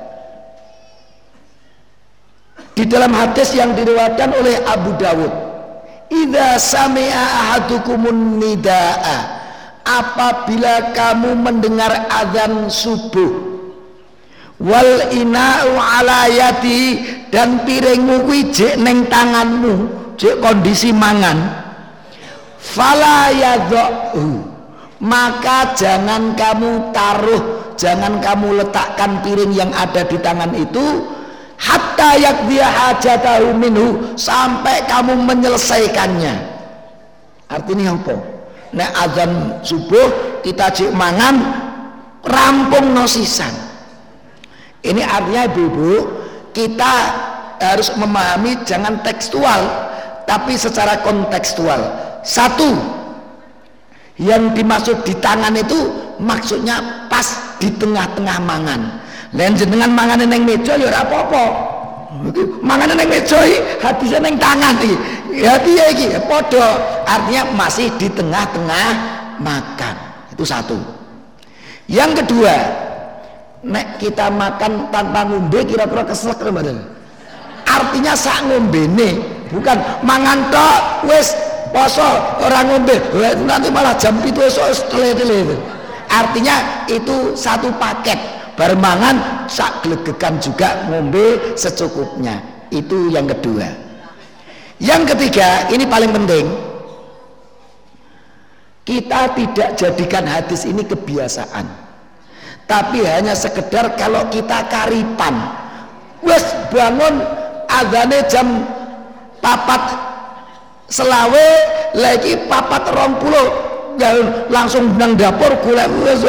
di dalam hadis yang diriwayatkan oleh Abu Dawud, idza sami'a ahadukumun nidaa, apabila kamu mendengar azan subuh, wal ina'u ala yadi, dan piringmu kuwi jek ning tanganmu, jek kondisi mangan, fala yadhu, maka jangan kamu taruh, jangan kamu letakkan piring yang ada di tangan itu hatta yaqdiya hajatahu minhu, sampai kamu menyelesaikannya. Artinya apa? Nek azan subuh kita cik mangan rampung no sisan. Ini artinya ibu-ibu, kita harus memahami jangan tekstual tapi secara kontekstual. Satu, yang dimaksud di tangan itu maksudnya pas di tengah-tengah mangan. Lain jenengan mangan neng meja ya ora apa-apa. Mangan neng meja hadisnya neng tangan iki. Hati ya iki padha. Artinya masih di tengah-tengah makan. Itu satu. Yang kedua, nek kita makan tanpa ngombe kira-kira keselak mboten? Artinya sak ngombene, bukan mangan tok wis poso orang ngombe nanti malah jam 7 esuk tele-tele. Artinya itu satu paket, bermangan sak glegegan juga ngombe secukupnya. Itu yang kedua. Yang ketiga, ini paling penting, kita tidak jadikan hadis ini kebiasaan, tapi hanya sekedar kalau kita karipan wes bangun azane jam 4 selawe lagi 4:20 langsung nang dapur golek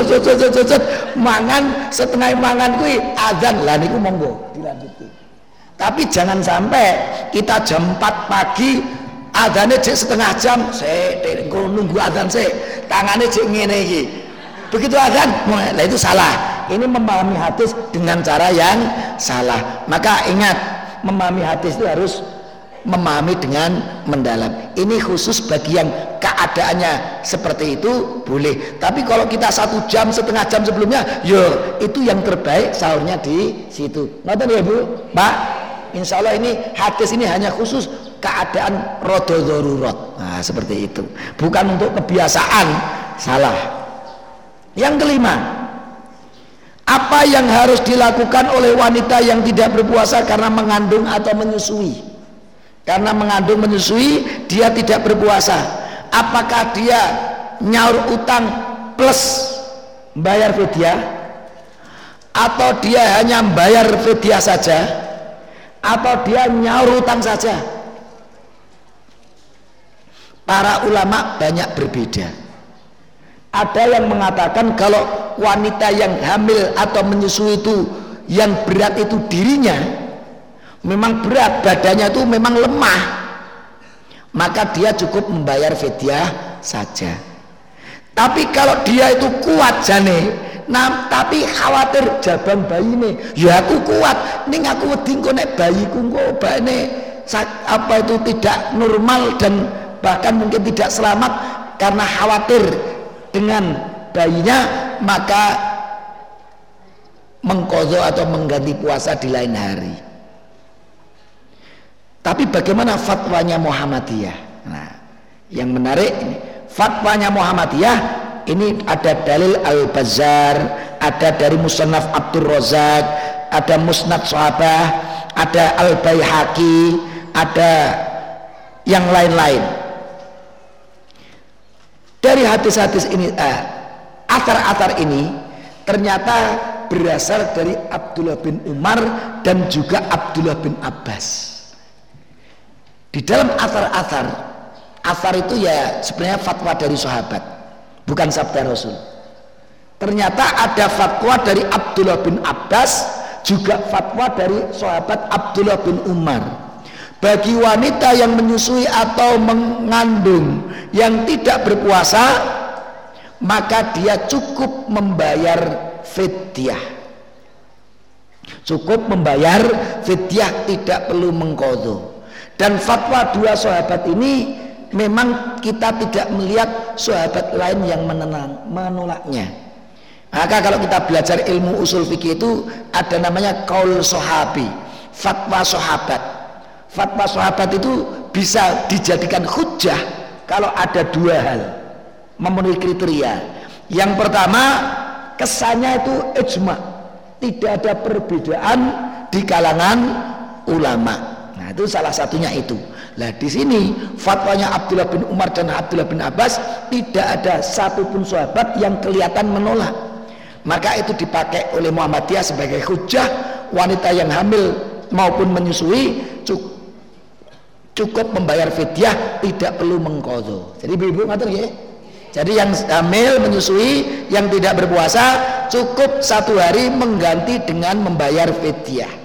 mangan setengah mangan kuwi azan lah niku monggo dilanjuti. Tapi jangan sampai kita jam 4 pagi azane cek setengah jam sik nunggu azan sik tangane cek ngene iki. Begitu azan, lah itu salah. Ini memahami hadis dengan cara yang salah. Maka ingat, memahami hadis itu harus memahami dengan mendalam. Ini khusus bagi yang keadaannya seperti itu boleh. Tapi kalau kita 1 jam, setengah jam sebelumnya, yo itu yang terbaik sahurnya di situ. Nonton ya Bu, Pak. Insya Allah ini hadis ini hanya khusus keadaan rodo darurat. Nah seperti itu. Bukan untuk kebiasaan. Salah. Yang kelima, apa yang harus dilakukan oleh wanita yang tidak berpuasa karena mengandung atau menyusui? Karena mengandung menyusui dia tidak berpuasa. Apakah dia nyaur utang plus bayar fidyah, atau dia hanya bayar fidyah saja, atau dia nyaur utang saja? Para ulama banyak berbeda. Ada yang mengatakan kalau wanita yang hamil atau menyusui itu yang berat itu dirinya, memang berat, badannya itu memang lemah, maka dia cukup membayar fidyah saja. Tapi kalau dia itu kuat jane, nah tapi khawatir jabang bayi nih, ya aku kuat, ning aku wedi engko nek bayiku engko bane apa itu tidak normal dan bahkan mungkin tidak selamat karena khawatir dengan bayinya, maka mengqadha atau mengganti puasa di lain hari. Tapi bagaimana fatwanya Muhammadiyah? Nah, yang menarik ini, fatwanya Muhammadiyah ini ada dalil Al-Bazzar, ada dari Musannaf Abdul Razak, ada Musnad Sahabah, ada Al-Baihaqi, ada yang lain-lain. Dari hadis-hadis ini, athar-athar ini ternyata berasal dari Abdullah bin Umar dan juga Abdullah bin Abbas. Di dalam athar-athar, athar itu ya sebenarnya fatwa dari sahabat, bukan sabda Rasul. Ternyata ada fatwa dari Abdullah bin Abbas, juga fatwa dari sahabat Abdullah bin Umar. Bagi wanita yang menyusui atau mengandung yang tidak berpuasa, maka dia cukup membayar fidyah. Cukup membayar fidyah, tidak perlu mengqadha. Dan fatwa dua sahabat ini memang kita tidak melihat sahabat lain yang menolaknya. Maka kalau kita belajar ilmu usul fikih itu ada namanya qaul sahabi, fatwa sahabat. Fatwa sahabat itu bisa dijadikan hujjah kalau ada 2 hal memenuhi kriteria. Yang pertama, kesannya itu ijma, tidak ada perbedaan di kalangan ulama. Nah itu salah satunya itu. Nah di sini fatwanya Abdullah bin Umar dan Abdullah bin Abbas tidak ada satupun sahabat yang kelihatan menolak. Maka itu dipakai oleh Muhammadiyah sebagai hujah, wanita yang hamil maupun menyusui cukup membayar fidyah, tidak perlu mengqadha. Jadi ibu-ibu ngatur ya. Jadi yang hamil menyusui yang tidak berpuasa cukup 1 hari mengganti dengan membayar fidyah.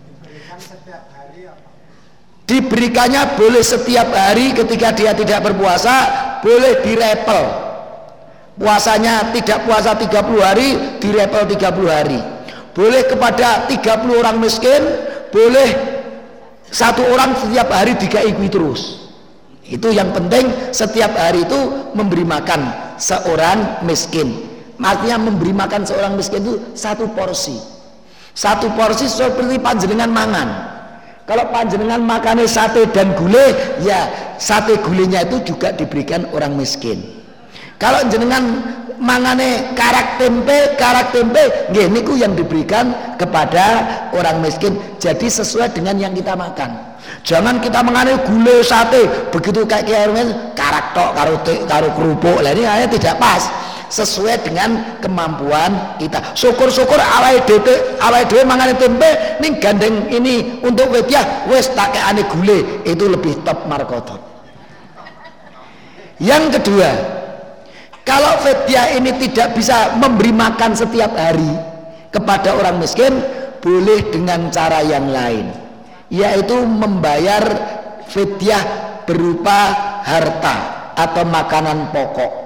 Diberikannya boleh setiap hari ketika dia tidak berpuasa, boleh direpel. Puasanya tidak puasa 30 hari, direpel 30 hari. Boleh kepada 30 orang miskin, boleh 1 orang setiap hari digaiki terus. Itu yang penting, setiap hari itu memberi makan seorang miskin. Artinya memberi makan seorang miskin itu 1 porsi. 1 porsi seperti panjenengan mangan. Kalau panjenengan makannya sate dan gulai, ya sate gulainya itu juga diberikan orang miskin. Kalau jenengan mangane karak tempe, nggih niku yang diberikan kepada orang miskin. Jadi sesuai dengan yang kita makan. Jangan kita mangane gulai sate, begitu kayak karak tok karo kerupuk. Lah ini hanya tidak pas. Sesuai dengan kemampuan kita. Syukur-syukur awake dhewe mangane tempe ning gandeng ini untuk fidyah wis takekane gule, itu lebih top markotot. Yang kedua, kalau fidyah ini tidak bisa memberi makan setiap hari kepada orang miskin, boleh dengan cara yang lain, yaitu membayar fidyah berupa harta atau makanan pokok.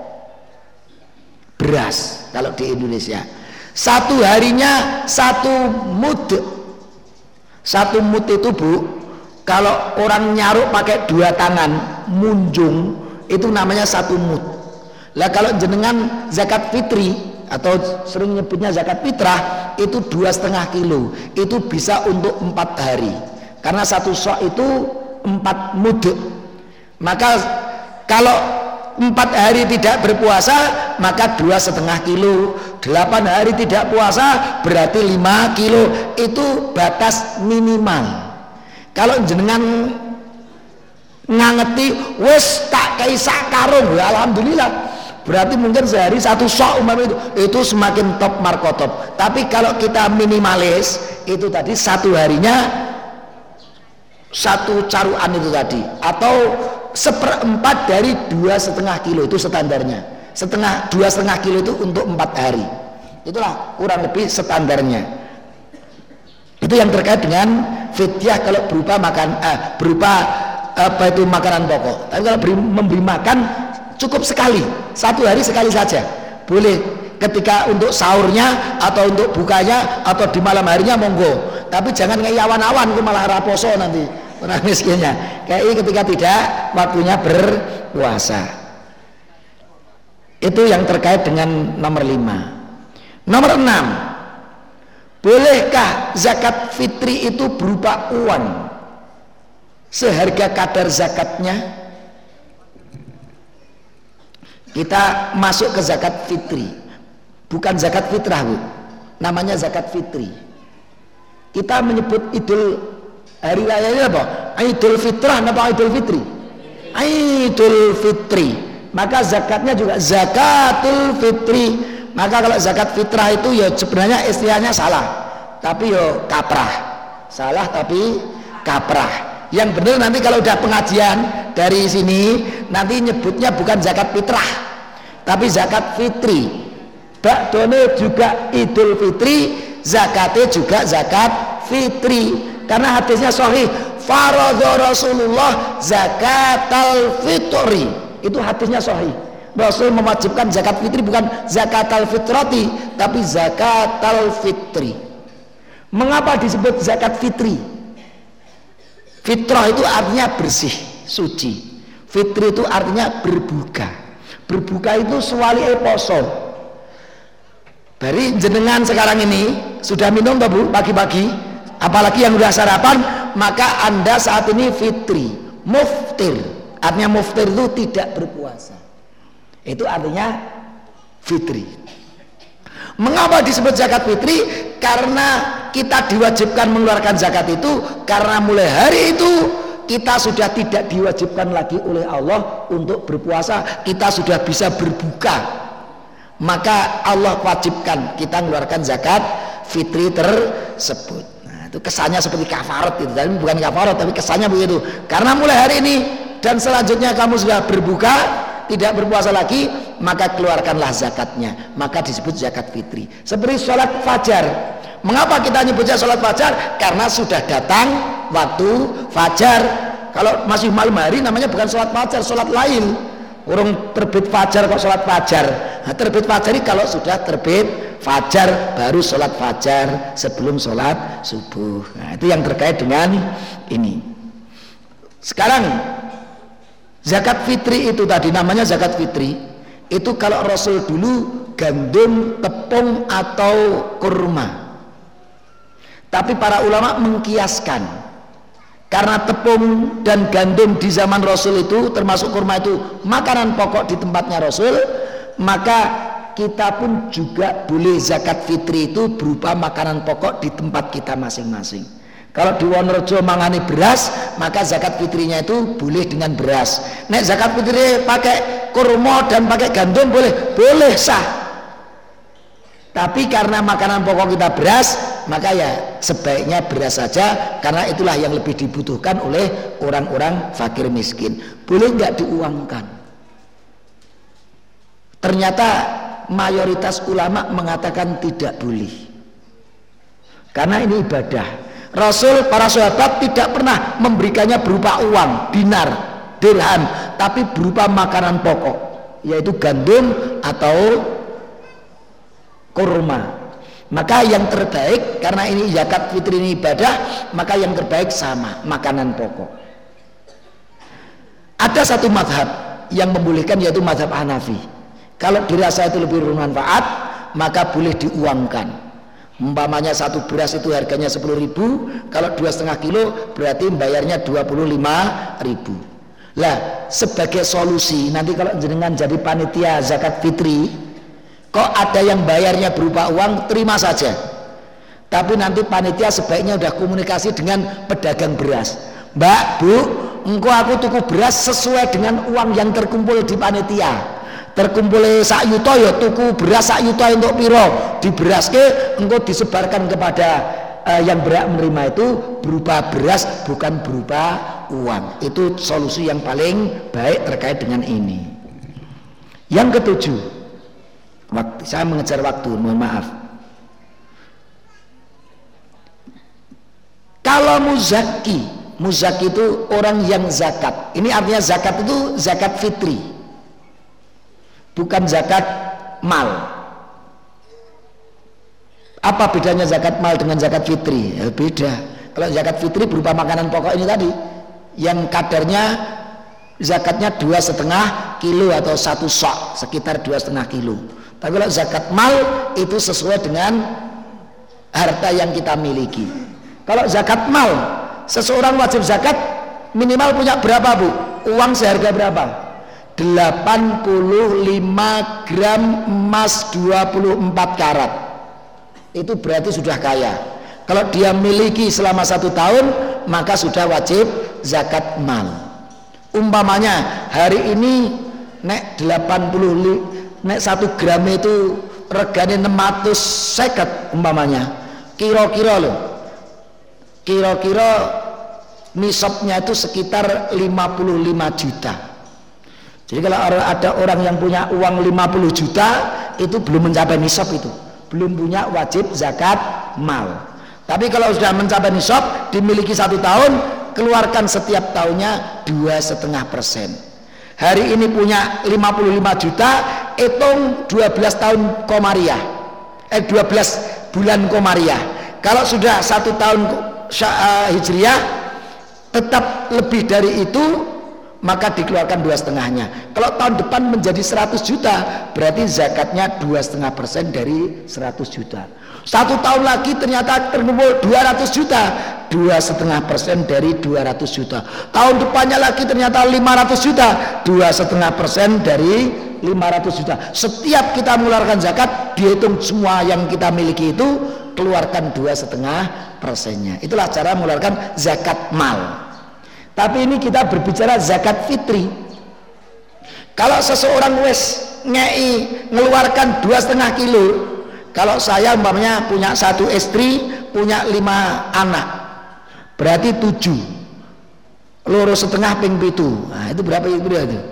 Beras kalau di Indonesia 1 harinya 1 mud. 1 mud itu Bu, kalau orang nyaruk pakai 2 tangan munjung, itu namanya 1 mud. Lah kalau jenengan zakat fitri atau sering nyebutnya zakat fitrah, itu 2,5 kilo, itu bisa untuk 4 hari karena 1 sok itu 4 mud. Maka kalau 4 hari tidak berpuasa maka 2,5 kilo, 8 hari tidak puasa berarti 5 kilo, itu batas minimal. Kalau jenengan ngangeti wis tak kei sak karung, ya alhamdulillah, berarti mungkin sehari 1 sok umpamanya itu semakin top markotop. Tapi kalau kita minimalis, itu tadi 1 harinya 1 caruan itu tadi, atau 1/4 dari 2,5 kilo, itu standarnya. 2,5 kilo itu untuk 4 hari. Itulah kurang lebih standarnya. Itu yang terkait dengan fidyah kalau berupa makanan pokok. Tapi kalau memberi makan cukup sekali, 1 hari sekali saja. Boleh ketika untuk sahurnya atau untuk bukanya atau di malam harinya monggo. Tapi jangan kayak awan-awan, itu malah raposo nanti orang miskinnya. Kayak ketika tidak waktunya berpuasa. Itu yang terkait dengan nomor 5. Nomor 6, bolehkah zakat fitri itu berupa uang seharga kadar zakatnya? Kita masuk ke zakat fitri, bukan zakat fitrah Bu, namanya zakat fitri. Kita menyebut hari rayanya apa? Idul fitrah apa idul fitri? Idul fitri. Maka zakatnya juga zakatul fitri. Maka kalau zakat fitrah itu ya sebenarnya istilahnya salah, tapi ya kaprah. Salah tapi kaprah. Yang benar nanti kalau udah pengajian dari sini nanti nyebutnya bukan zakat fitrah, tapi zakat fitri. Bakdone juga idul fitri, zakatnya juga zakat fitri. Karena hadisnya sahih, faradha Rasulullah zakatal fitri. Itu hadisnya sahih. Rasul mewajibkan zakat fitri, bukan zakatal fitrati, tapi zakatal fitri. Mengapa disebut zakat fitri? Fitrah itu artinya bersih, suci. Fitri itu artinya berbuka. Berbuka itu sewali poso. Dari jenengan sekarang ini sudah minum Bu pagi-pagi, apalagi yang sudah sarapan, maka Anda saat ini fitri, muftir. Artinya muftir itu tidak berpuasa. Itu artinya fitri. Mengapa disebut zakat fitri? Karena kita diwajibkan mengeluarkan zakat itu karena mulai hari itu kita sudah tidak diwajibkan lagi oleh Allah untuk berpuasa, kita sudah bisa berbuka, maka Allah wajibkan kita mengeluarkan zakat fitri tersebut. Nah, itu kesannya seperti kafarat itu, tapi bukan kafarat, tapi kesannya begitu. Karena mulai hari ini dan selanjutnya kamu sudah berbuka, tidak berpuasa lagi, maka keluarkanlah zakatnya, maka disebut zakat fitri. Seperti sholat fajar. Mengapa kita nyebutnya sholat fajar? Karena sudah datang waktu fajar. Kalau masih malam hari namanya bukan sholat fajar, sholat lain. Orang terbit fajar kok sholat fajar. Nah, terbit fajar ini kalau sudah terbit fajar baru sholat fajar sebelum sholat subuh. Nah, itu yang terkait dengan ini. Sekarang zakat fitri itu tadi namanya zakat fitri. Itu kalau Rasul dulu gandum, tepung atau kurma. Tapi para ulama mengkiaskan, karena tepung dan gandum di zaman Rasul itu termasuk kurma itu makanan pokok di tempatnya Rasul, maka kita pun juga boleh zakat fitri itu berupa makanan pokok di tempat kita masing-masing. Kalau di Wonorejo mangani beras, maka zakat fitrinya itu boleh dengan beras. Nek zakat fitri pakai kurma dan pakai gandum boleh sah. Tapi karena makanan pokok kita beras, maka ya sebaiknya beras saja, karena itulah yang lebih dibutuhkan oleh orang-orang fakir miskin. Boleh nggak diuangkan? Ternyata mayoritas ulama mengatakan tidak boleh, karena ini ibadah. Rasul, para sahabat tidak pernah memberikannya berupa uang, dinar, dirham, tapi berupa makanan pokok, yaitu gandum atau kurma. Maka yang terbaik, karena ini zakat fitri ini ibadah, maka yang terbaik sama makanan pokok. Ada satu mazhab yang membolehkan, yaitu mazhab Hanafi. Kalau dirasa itu lebih bermanfaat, maka boleh diuangkan. Umpamanya satu beras itu harganya 10.000, kalau 2,5 kilo berarti bayarnya 25.000. Lah, sebagai solusi nanti kalau jenengan jadi panitia zakat fitri, kok ada yang bayarnya berupa uang, terima saja. Tapi nanti panitia sebaiknya udah komunikasi dengan pedagang beras. Mbak, Bu, engkau aku tuku beras sesuai dengan uang yang terkumpul di panitia. Terkumpul sak yuta ya tuku beras sak yuta untuk piro, diberaske engkau disebarkan kepada yang berhak menerima itu berupa beras, bukan berupa uang. Itu solusi yang paling baik terkait dengan ini. Yang ketujuh, saya mengejar waktu, mohon maaf. Kalau muzaki itu orang yang zakat. Ini artinya zakat itu zakat fitri, bukan zakat mal. Apa bedanya zakat mal dengan zakat fitri? Ya, beda. Kalau zakat fitri berupa makanan pokok ini tadi, yang kadarnya zakatnya 2,5 kilo atau 1 sok, sekitar 2,5 kilo. Tapi kalau zakat mal itu sesuai dengan harta yang kita miliki. Kalau zakat mal, seseorang wajib zakat minimal punya berapa, Bu? Uang seharga berapa? 85 gram emas 24 karat. Itu berarti sudah kaya. Kalau dia miliki selama 1 tahun, maka sudah wajib zakat mal. Umpamanya hari ini nek 1 gram itu regane 650 umpamanya. Kira-kira loh. Kira-kira nisabnya itu sekitar 55 juta. Jadi kalau ada orang yang punya uang 50 juta, itu belum mencapai nisab, itu belum punya wajib zakat mal. Tapi kalau sudah mencapai nisab, dimiliki 1 tahun, keluarkan setiap tahunnya 2,5%. Hari ini punya 55 juta, hitung 12 tahun komariah, 12 bulan komariah. Kalau sudah 1 tahun hijriah, tetap lebih dari itu, maka dikeluarkan 2,5-nya. Kalau tahun depan menjadi 100 juta, berarti zakatnya 2,5% dari 100 juta. 1 tahun lagi ternyata terkumpul 200 juta, 2,5% dari 200 juta. Tahun depannya lagi ternyata 500 juta, 2,5% dari 500 juta. Setiap kita mengeluarkan zakat, dihitung semua yang kita miliki itu, keluarkan 2,5%-nya. Itulah cara mengeluarkan zakat mal. Tapi ini kita berbicara zakat fitri. Kalau seseorang wes ngeluarkan 2,5 kilo, kalau saya umpamanya punya 1 istri, punya 5 anak, berarti 7, 2,5 ping 7. Nah itu berapa itu?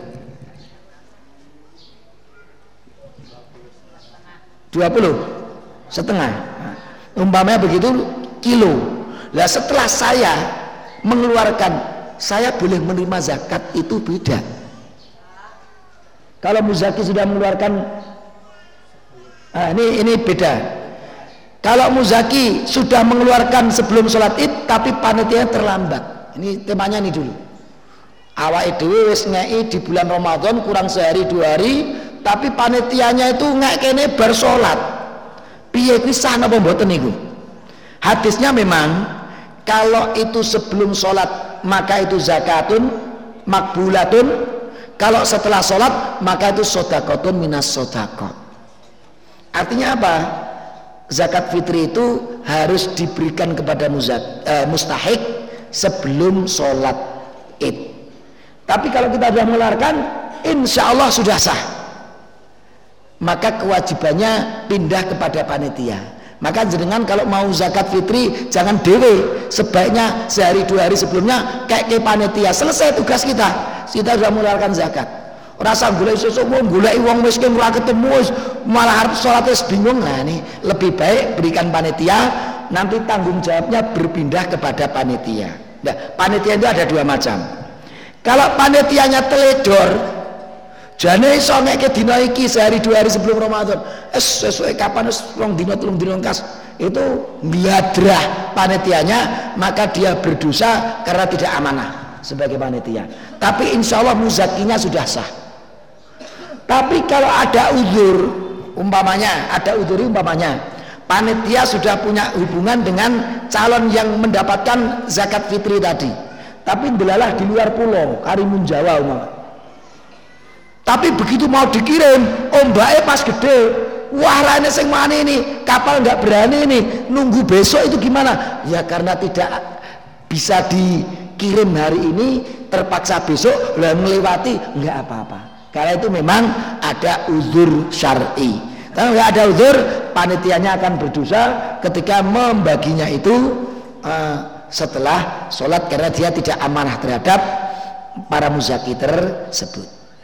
20,5. Nah, umpamanya begitu kilo. Nah setelah saya mengeluarkan, saya boleh menerima zakat itu beda. Kalau muzaki sudah mengeluarkan, ini beda. Kalau muzaki sudah mengeluarkan sebelum sholat id, tapi panitia terlambat. Ini temanya ini dulu. Awake dhewe wis ngeki di bulan Ramadan kurang sehari 2 hari, tapi panitianya itu ngekene bar sholat. Piye kuwi sah napa mboten niku? Hadisnya memang kalau itu sebelum sholat maka itu zakatun makbulatun. Kalau setelah sholat maka itu sodakotun minas sodakot. Artinya apa? Zakat fitri itu harus diberikan kepada mustahik sebelum sholat id. Tapi kalau kita sudah mengeluarkan, insya Allah sudah sah. Maka kewajibannya pindah kepada panitia. Maka jenengan kalau mau zakat fitri jangan dewe, sebaiknya sehari 2 hari sebelumnya kayak ke panitia. Selesai tugas kita. Kita sudah mengeluarkan zakat. Rasa golek sesuk golek wong miskin ora ketemu malah arep salat wis bingung. Nah ini lebih baik berikan panitia, nanti tanggung jawabnya berpindah kepada panitia. Nah, panitia itu ada 2 macam. Kalau panitianya teledor, jane iso ngeke dina iki sehari 2 hari sebelum Ramadan. Sesuai kapan wis 2 dina 3 dina kas. Itu biadrah panitianya, maka dia berdosa karena tidak amanah sebagai panitia. Tapi insya Allah muzakinya sudah sah. Tapi kalau ada uzur, umpamanya panitia sudah punya hubungan dengan calon yang mendapatkan zakat fitri tadi, tapi belalah di luar pulau Karimun Jawa tapi begitu mau dikirim ombaknya pas gede, wah rane sing mana ini kapal nggak berani ini, nunggu besok itu gimana ya, karena tidak bisa dikirim hari ini terpaksa besok lah melewati, nggak apa-apa. Karena itu memang ada uzur syar'i. Kalau nggak ada uzur, panitianya akan berdosa ketika membaginya itu setelah sholat, karena dia tidak amanah terhadap para muzaki tersebut.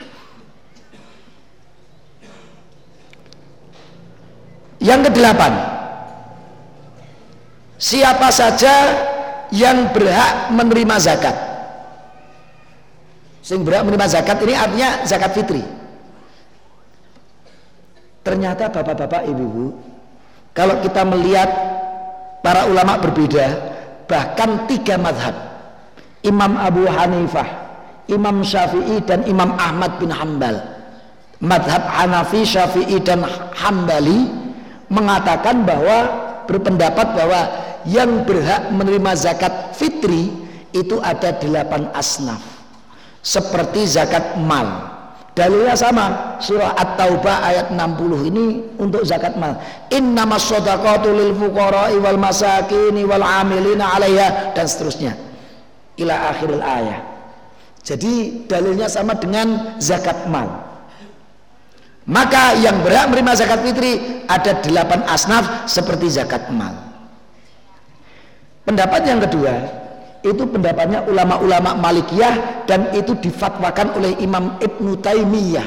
Yang ke-8, siapa saja yang berhak menerima zakat. Sing berhak menerima zakat ini artinya zakat fitri. Ternyata bapak-bapak, ibu-ibu, kalau kita melihat para ulama berbeda, bahkan 3 mazhab, Imam Abu Hanifah, Imam Syafi'i dan Imam Ahmad bin Hambal, mazhab Hanafi, Syafi'i dan Hambali mengatakan bahwa, berpendapat bahwa yang berhak menerima zakat fitri itu ada 8 asnaf, seperti zakat mal. Dalilnya sama, surah At-Taubah ayat 60 ini untuk zakat mal. Innamas shadaqatu lil fuqara'i wal masakini wal 'amilina 'alaiha, dan seterusnya ila akhiril ayat. Jadi dalilnya sama dengan zakat mal. Maka yang berhak menerima zakat fitri ada 8 asnaf seperti zakat mal. Pendapat yang kedua itu pendapatnya ulama-ulama Malikiyah, dan itu difatwakan oleh Imam Ibnu Taimiyah.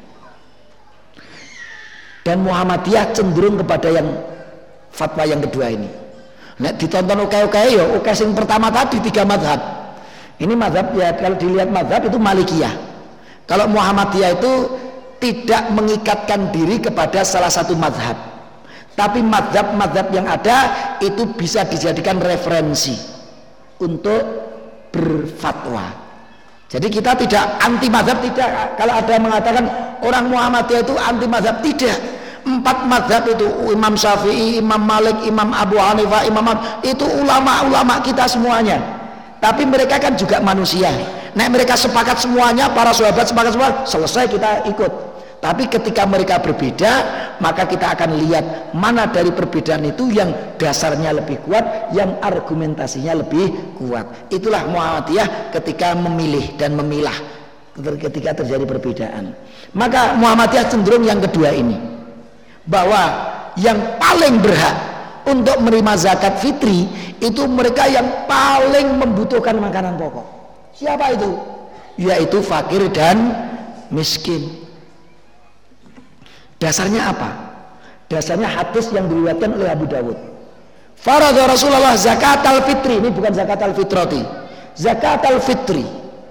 Dan Muhammadiyah cenderung kepada yang fatwa yang kedua ini. Nek ditonton oke-oke ya oke sing pertama tadi 3 mazhab. Ini mazhab ya, kalau dilihat mazhab itu Malikiyah. Kalau Muhammadiyah itu tidak mengikatkan diri kepada salah satu mazhab. Tapi mazhab-mazhab yang ada itu bisa dijadikan referensi untuk berfatwa. Jadi kita tidak anti mazhab, tidak. Kalau ada yang mengatakan orang Muhammadiyah itu anti mazhab, tidak. 4 mazhab itu, Imam Syafi'i, Imam Malik, Imam Abu Hanifah, Imam Ahmad, itu ulama-ulama kita semuanya. Tapi mereka kan juga manusia. Nek mereka sepakat semuanya, para sahabat sepakat semua, selesai kita ikut. Tapi ketika mereka berbeda, maka kita akan lihat mana dari perbedaan itu yang dasarnya lebih kuat, yang argumentasinya lebih kuat. Itulah Muhammadiyah ketika memilih dan memilah ketika terjadi perbedaan. Maka Muhammadiyah cenderung yang kedua ini, bahwa yang paling berhak untuk menerima zakat fitri itu mereka yang paling membutuhkan makanan pokok. Siapa itu? Yaitu fakir dan miskin. Dasarnya apa? Dasarnya hadis yang diriwayatkan oleh Abu Dawud. Faradha Rasulullah zakat al-fitri, ini bukan zakat al-fitrati. Zakat al-fitri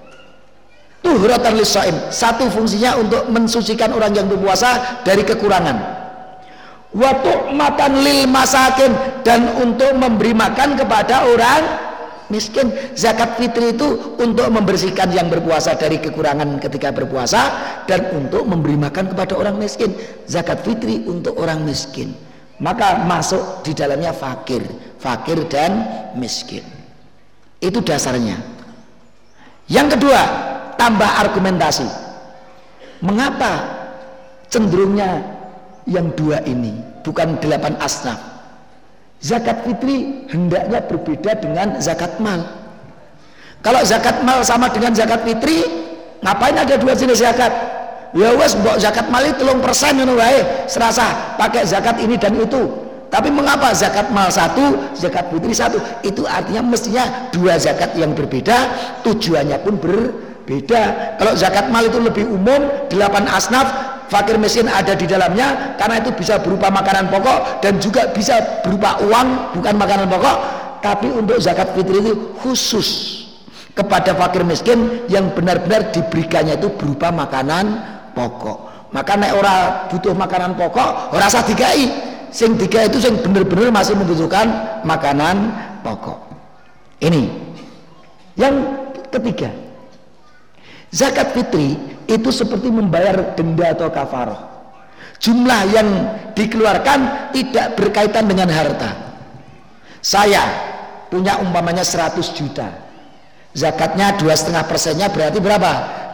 tuhratan lis-shaim, satu fungsinya untuk mensucikan orang yang berpuasa dari kekurangan. Wa tu'matan lil masakin, dan untuk memberi makan kepada orang miskin. Zakat fitri itu untuk membersihkan yang berpuasa dari kekurangan ketika berpuasa, dan untuk memberi makan kepada orang miskin. Zakat fitri untuk orang miskin, maka masuk di dalamnya fakir dan miskin. Itu dasarnya. Yang kedua, tambah argumentasi. Mengapa cenderungnya yang dua ini, bukan 8 asnaf? Zakat fitri hendaknya berbeda dengan zakat mal. Kalau zakat mal sama dengan zakat fitri, ngapain ada dua jenis zakat? Ya wes, mbok zakat mal itu 3% ngono wae, serasa pakai zakat ini dan itu. Tapi mengapa zakat mal satu, zakat fitri satu? Itu artinya mestinya dua zakat yang berbeda, tujuannya pun berbeda. Kalau zakat mal itu lebih umum, 8 asnaf, fakir miskin ada di dalamnya, karena itu bisa berupa makanan pokok dan juga bisa berupa uang, bukan makanan pokok. Tapi untuk zakat fitri itu khusus kepada fakir miskin yang benar-benar diberikannya itu berupa makanan pokok. Maka nek ora butuh makanan pokok, ora usah dikai. Sing dikai itu sing benar-benar masih membutuhkan makanan pokok. Ini yang ketiga, zakat fitri itu seperti membayar denda atau kafaroh. Jumlah yang dikeluarkan tidak berkaitan dengan harta. Saya punya umpamanya 100 juta, zakatnya 2,5%-nya berarti berapa?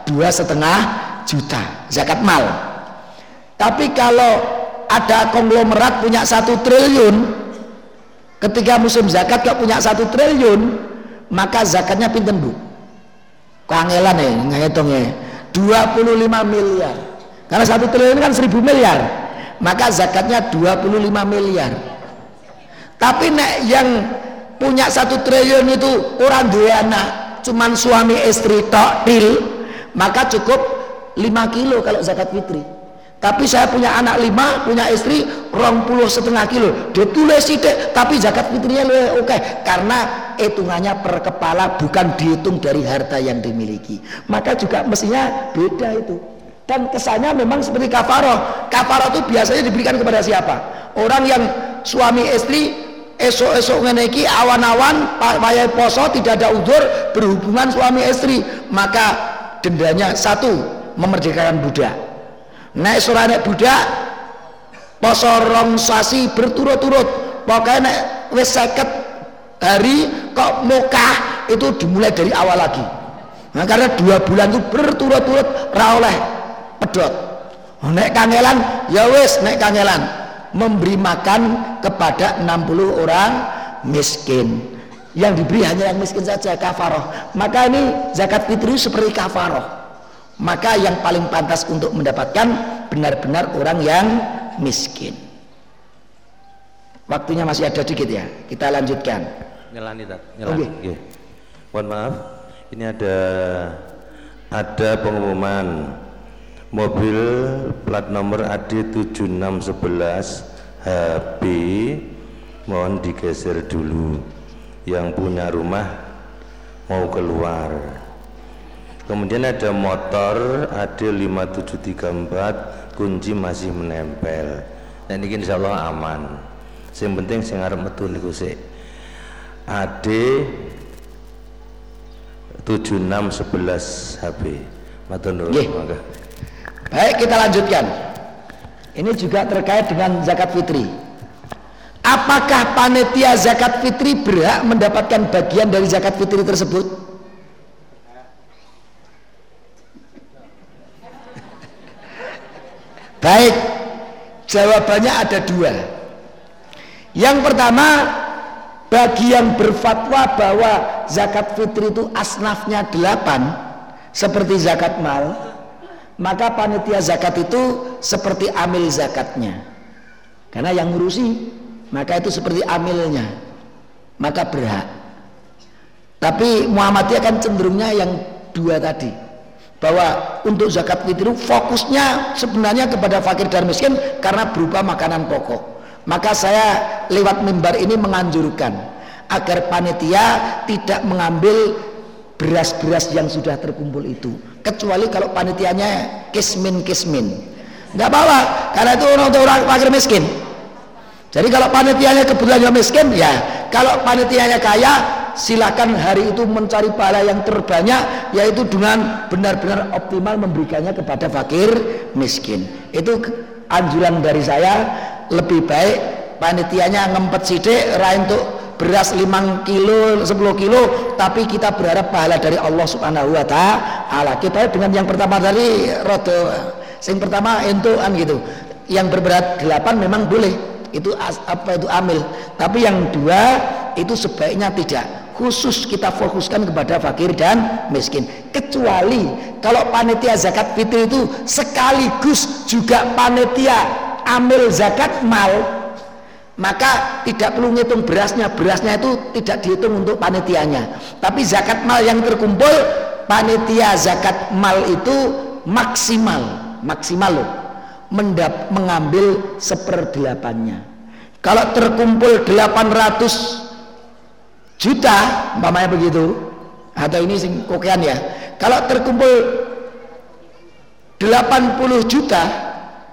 2,5 juta zakat mal. Tapi kalau ada konglomerat punya 1 triliun, ketika musim zakat kok punya 1 triliun, maka zakatnya pinten bu? Kangelan ya ngitungnya 25 miliar, karena 1 triliun kan 1000 miliar, maka zakatnya 25 miliar. Tapi nek yang punya 1 triliun itu orang duwe anak, cuman suami istri tok til, maka cukup 5 kilo kalau zakat fitri. Tapi saya punya anak 5, punya istri 20,5 kilo, ditulis sidik, tapi zakat fitrinya lebih oke, karena hitungannya per kepala, bukan dihitung dari harta yang dimiliki. Maka juga mestinya beda itu. Dan kesannya memang seperti kafaroh. Kafaroh itu biasanya diberikan kepada siapa? Orang yang suami istri esok-esok ngeneki awan-awan wayai poso tidak ada udzur, berhubungan suami istri, maka dendanya 1, memerdekakan budak. Nek surah nek budak poso 2 sasi berturut-turut, pokoknya nek wis 50 hari kok mukah, itu dimulai dari awal lagi. Nah, karena 2 bulan itu berturut-turut ra oleh pedot. Nek kangelan ya wis, nek kangelan memberi makan kepada 60 orang miskin. Yang diberi hanya yang miskin saja, kafaroh. Maka ini zakat fitri seperti kafaroh. Maka yang paling pantas untuk mendapatkan benar-benar orang yang miskin. Waktunya masih ada dikit ya, kita lanjutkan. Nyelani tak? Nyelani. Okay. Mohon maaf, ini ada pengumuman mobil plat nomor AD 7611 HB, mohon digeser dulu. Yang punya rumah mau keluar. Kemudian ada motor AD 5734, kunci masih menempel. Nah ini insya Allah aman. Yang penting sing arep metu niku sik. AD 7611 HB. Matur nuwun. Baik, kita lanjutkan. Ini juga terkait dengan zakat fitri. Apakah panitia zakat fitri berhak mendapatkan bagian dari zakat fitri tersebut? Baik, jawabannya ada dua. Yang pertama, bagi yang berfatwa bahwa zakat fitri itu asnafnya 8 seperti zakat mal, maka panitia zakat itu seperti amil zakatnya, karena yang ngurusi, maka itu seperti amilnya, maka berhak. Tapi Muhammadiyah kan cenderungnya yang dua tadi, bahwa untuk zakat fitri fokusnya sebenarnya kepada fakir dan miskin karena berupa makanan pokok. Maka saya lewat mimbar ini menganjurkan agar panitia tidak mengambil beras-beras yang sudah terkumpul itu, kecuali kalau panitianya kismin, nggak apa-apa, karena itu untuk orang fakir miskin. Jadi kalau panitianya kebetulan miskin, ya kalau panitianya kaya, silakan hari itu mencari pahala yang terbanyak, yaitu dengan benar-benar optimal memberikannya kepada fakir miskin. Itu anjuran dari saya. Lebih baik panitianya ngempet sidik ra untuk beras 5 kilo 10 kilo, tapi kita berharap pahala dari Allah Subhanahu wa ta'ala. Kita dengan yang pertama tadi rodo sing pertama entukan gitu, yang berberat 8 memang boleh, itu apa itu amil, tapi yang dua itu sebaiknya tidak, khusus kita fokuskan kepada fakir dan miskin. Kecuali kalau panitia zakat fitri itu sekaligus juga panitia amil zakat mal, maka tidak perlu ngitung berasnya itu tidak dihitung untuk panitianya. Tapi zakat mal yang terkumpul, panitia zakat mal itu maksimal loh, mengambil 1/8-nya. Kalau terkumpul 800 juta umpamanya begitu, atau ini sing kokean ya, kalau terkumpul 80 juta,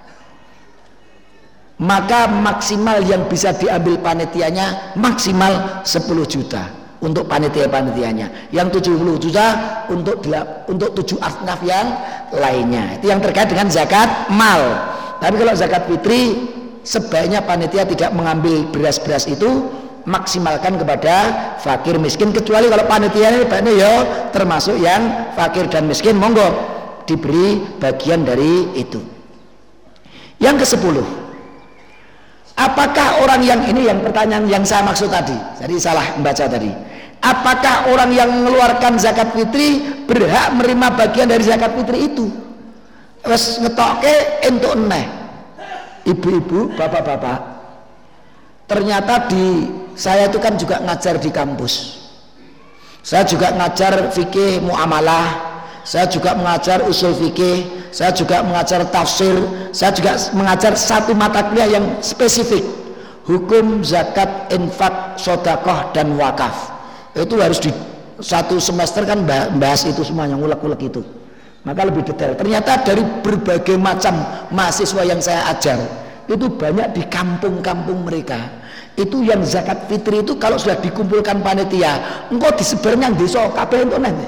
maka maksimal yang bisa diambil panitianya maksimal 10 juta untuk panitia-panitianya, yang 70 juta untuk 7 asnaf yang lainnya. Itu yang terkait dengan zakat mal. Tapi kalau zakat fitri, sebaiknya panitia tidak mengambil beras-beras itu, maksimalkan kepada fakir miskin, kecuali kalau panitia ini ya termasuk yang fakir dan miskin, monggo diberi bagian dari itu. Yang ke-10, apakah orang yang ini, yang pertanyaan yang saya maksud tadi, jadi salah membaca tadi. Apakah orang yang mengeluarkan zakat fitri berhak menerima bagian dari zakat fitri itu? Wes ngetoke entuk eneh. Ibu-ibu, bapak-bapak. Ternyata saya itu kan juga ngajar di kampus. Saya juga ngajar fikih muamalah, saya juga mengajar usul fikih, saya juga mengajar tafsir, saya juga mengajar satu mata kuliah yang spesifik, hukum zakat, infak, sedekah dan wakaf. Itu harus di satu semester kan bahas itu semuanya, ngulek-ngulek itu. Maka lebih detail. Ternyata dari berbagai macam mahasiswa yang saya ajar, itu banyak di kampung-kampung mereka. Itu yang zakat fitri itu kalau sudah dikumpulkan panitia, engkau disebarnya desa kabeh entuk neh.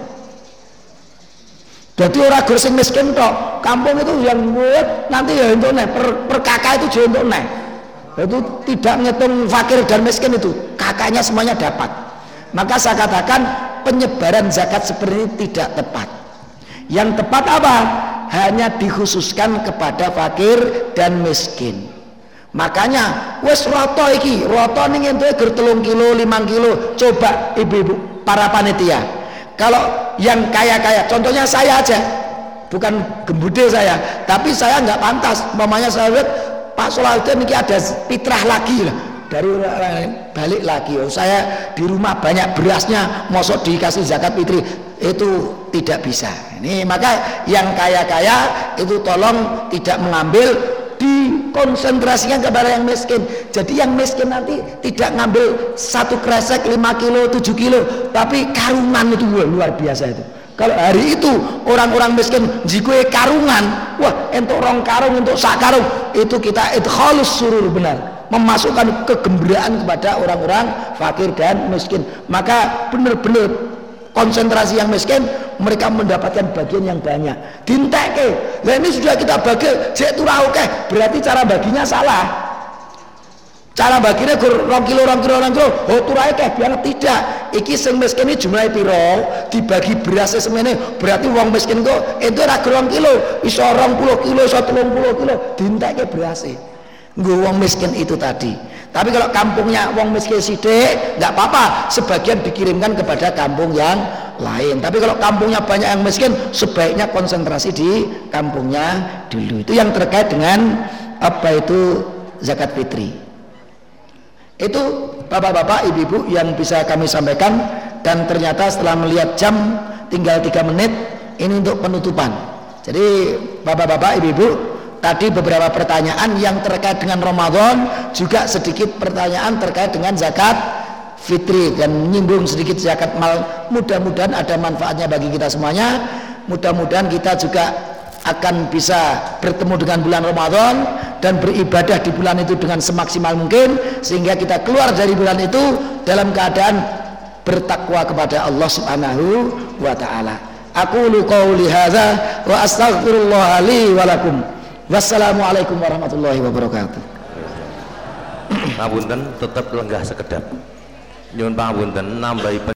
Jadi orang gosing miskin tok, kampung itu yang buat nanti ya untuk nih per kakak itu juga untuk nih. Itu tidak ngitung fakir dan miskin, itu kakaknya semuanya dapat. Maka saya katakan penyebaran zakat seperti ini tidak tepat. Yang tepat apa? Hanya dikhususkan kepada fakir dan miskin. Makanya wes roto iki, roto ning entuk 3 kilo 5 kilo. Coba ibu-ibu para panitia, kalau yang kaya-kaya, contohnya saya aja, bukan gembude saya, tapi saya nggak pantas. Mamanya saya lihat Pak Solahuddin ini ada fitrah lagi lah, dari balik lagi. Saya di rumah banyak berasnya, mosok dikasih zakat fitri, itu tidak bisa. Ini maka yang kaya-kaya itu tolong tidak mengambil, dikonsentrasikan kepada yang miskin. Jadi yang miskin nanti tidak ngambil satu kresek 5 kilo 7 kilo, tapi karungan itu luar biasa itu. Kalau hari itu orang-orang miskin jikwe karungan, wah untuk rong karung, untuk sak karung, itu kita idkhalus surur, benar, memasukkan kegembiraan kepada orang-orang fakir dan miskin. Maka benar-benar konsentrasi yang miskin, mereka mendapatkan bagian yang banyak. Dinteke, nah ini sudah kita bagi, jek turah oke, berarti cara baginya salah. cara bagine gur 2 kilo oh turahe keh banget tidak. Iki sing miskin iki jumlahe piro dibagi beras semene berarti wong miskin kok itu ora 2 kilo iso 20 kilo iso 30 kilo dientekke berase nggo wong miskin itu tadi. Tapi kalau kampungnya wong miskin sithik nggak apa-apa, sebagian dikirimkan kepada kampung yang lain. Tapi kalau kampungnya banyak yang miskin, sebaiknya konsentrasi di kampungnya dulu. Itu yang terkait dengan apa itu zakat fitri. Itu bapak-bapak, ibu-ibu yang bisa kami sampaikan, dan ternyata setelah melihat jam tinggal 3 menit ini untuk penutupan. Jadi bapak-bapak, ibu-ibu, tadi beberapa pertanyaan yang terkait dengan Ramadan, juga sedikit pertanyaan terkait dengan zakat fitri dan menyinggung sedikit zakat mal. Mudah-mudahan ada manfaatnya bagi kita semuanya. Mudah-mudahan kita juga akan bisa bertemu dengan bulan Ramadan dan beribadah di bulan itu dengan semaksimal mungkin, sehingga kita keluar dari bulan itu dalam keadaan bertakwa kepada Allah Subhanahu wa taala. Aqulu qouli hadza wa astaghfirullah li wa lakum. Wassalamualaikum warahmatullahi wabarakatuh. Ngapunten tetap lenggah sekedap. Nyuwun pangapunten nambahi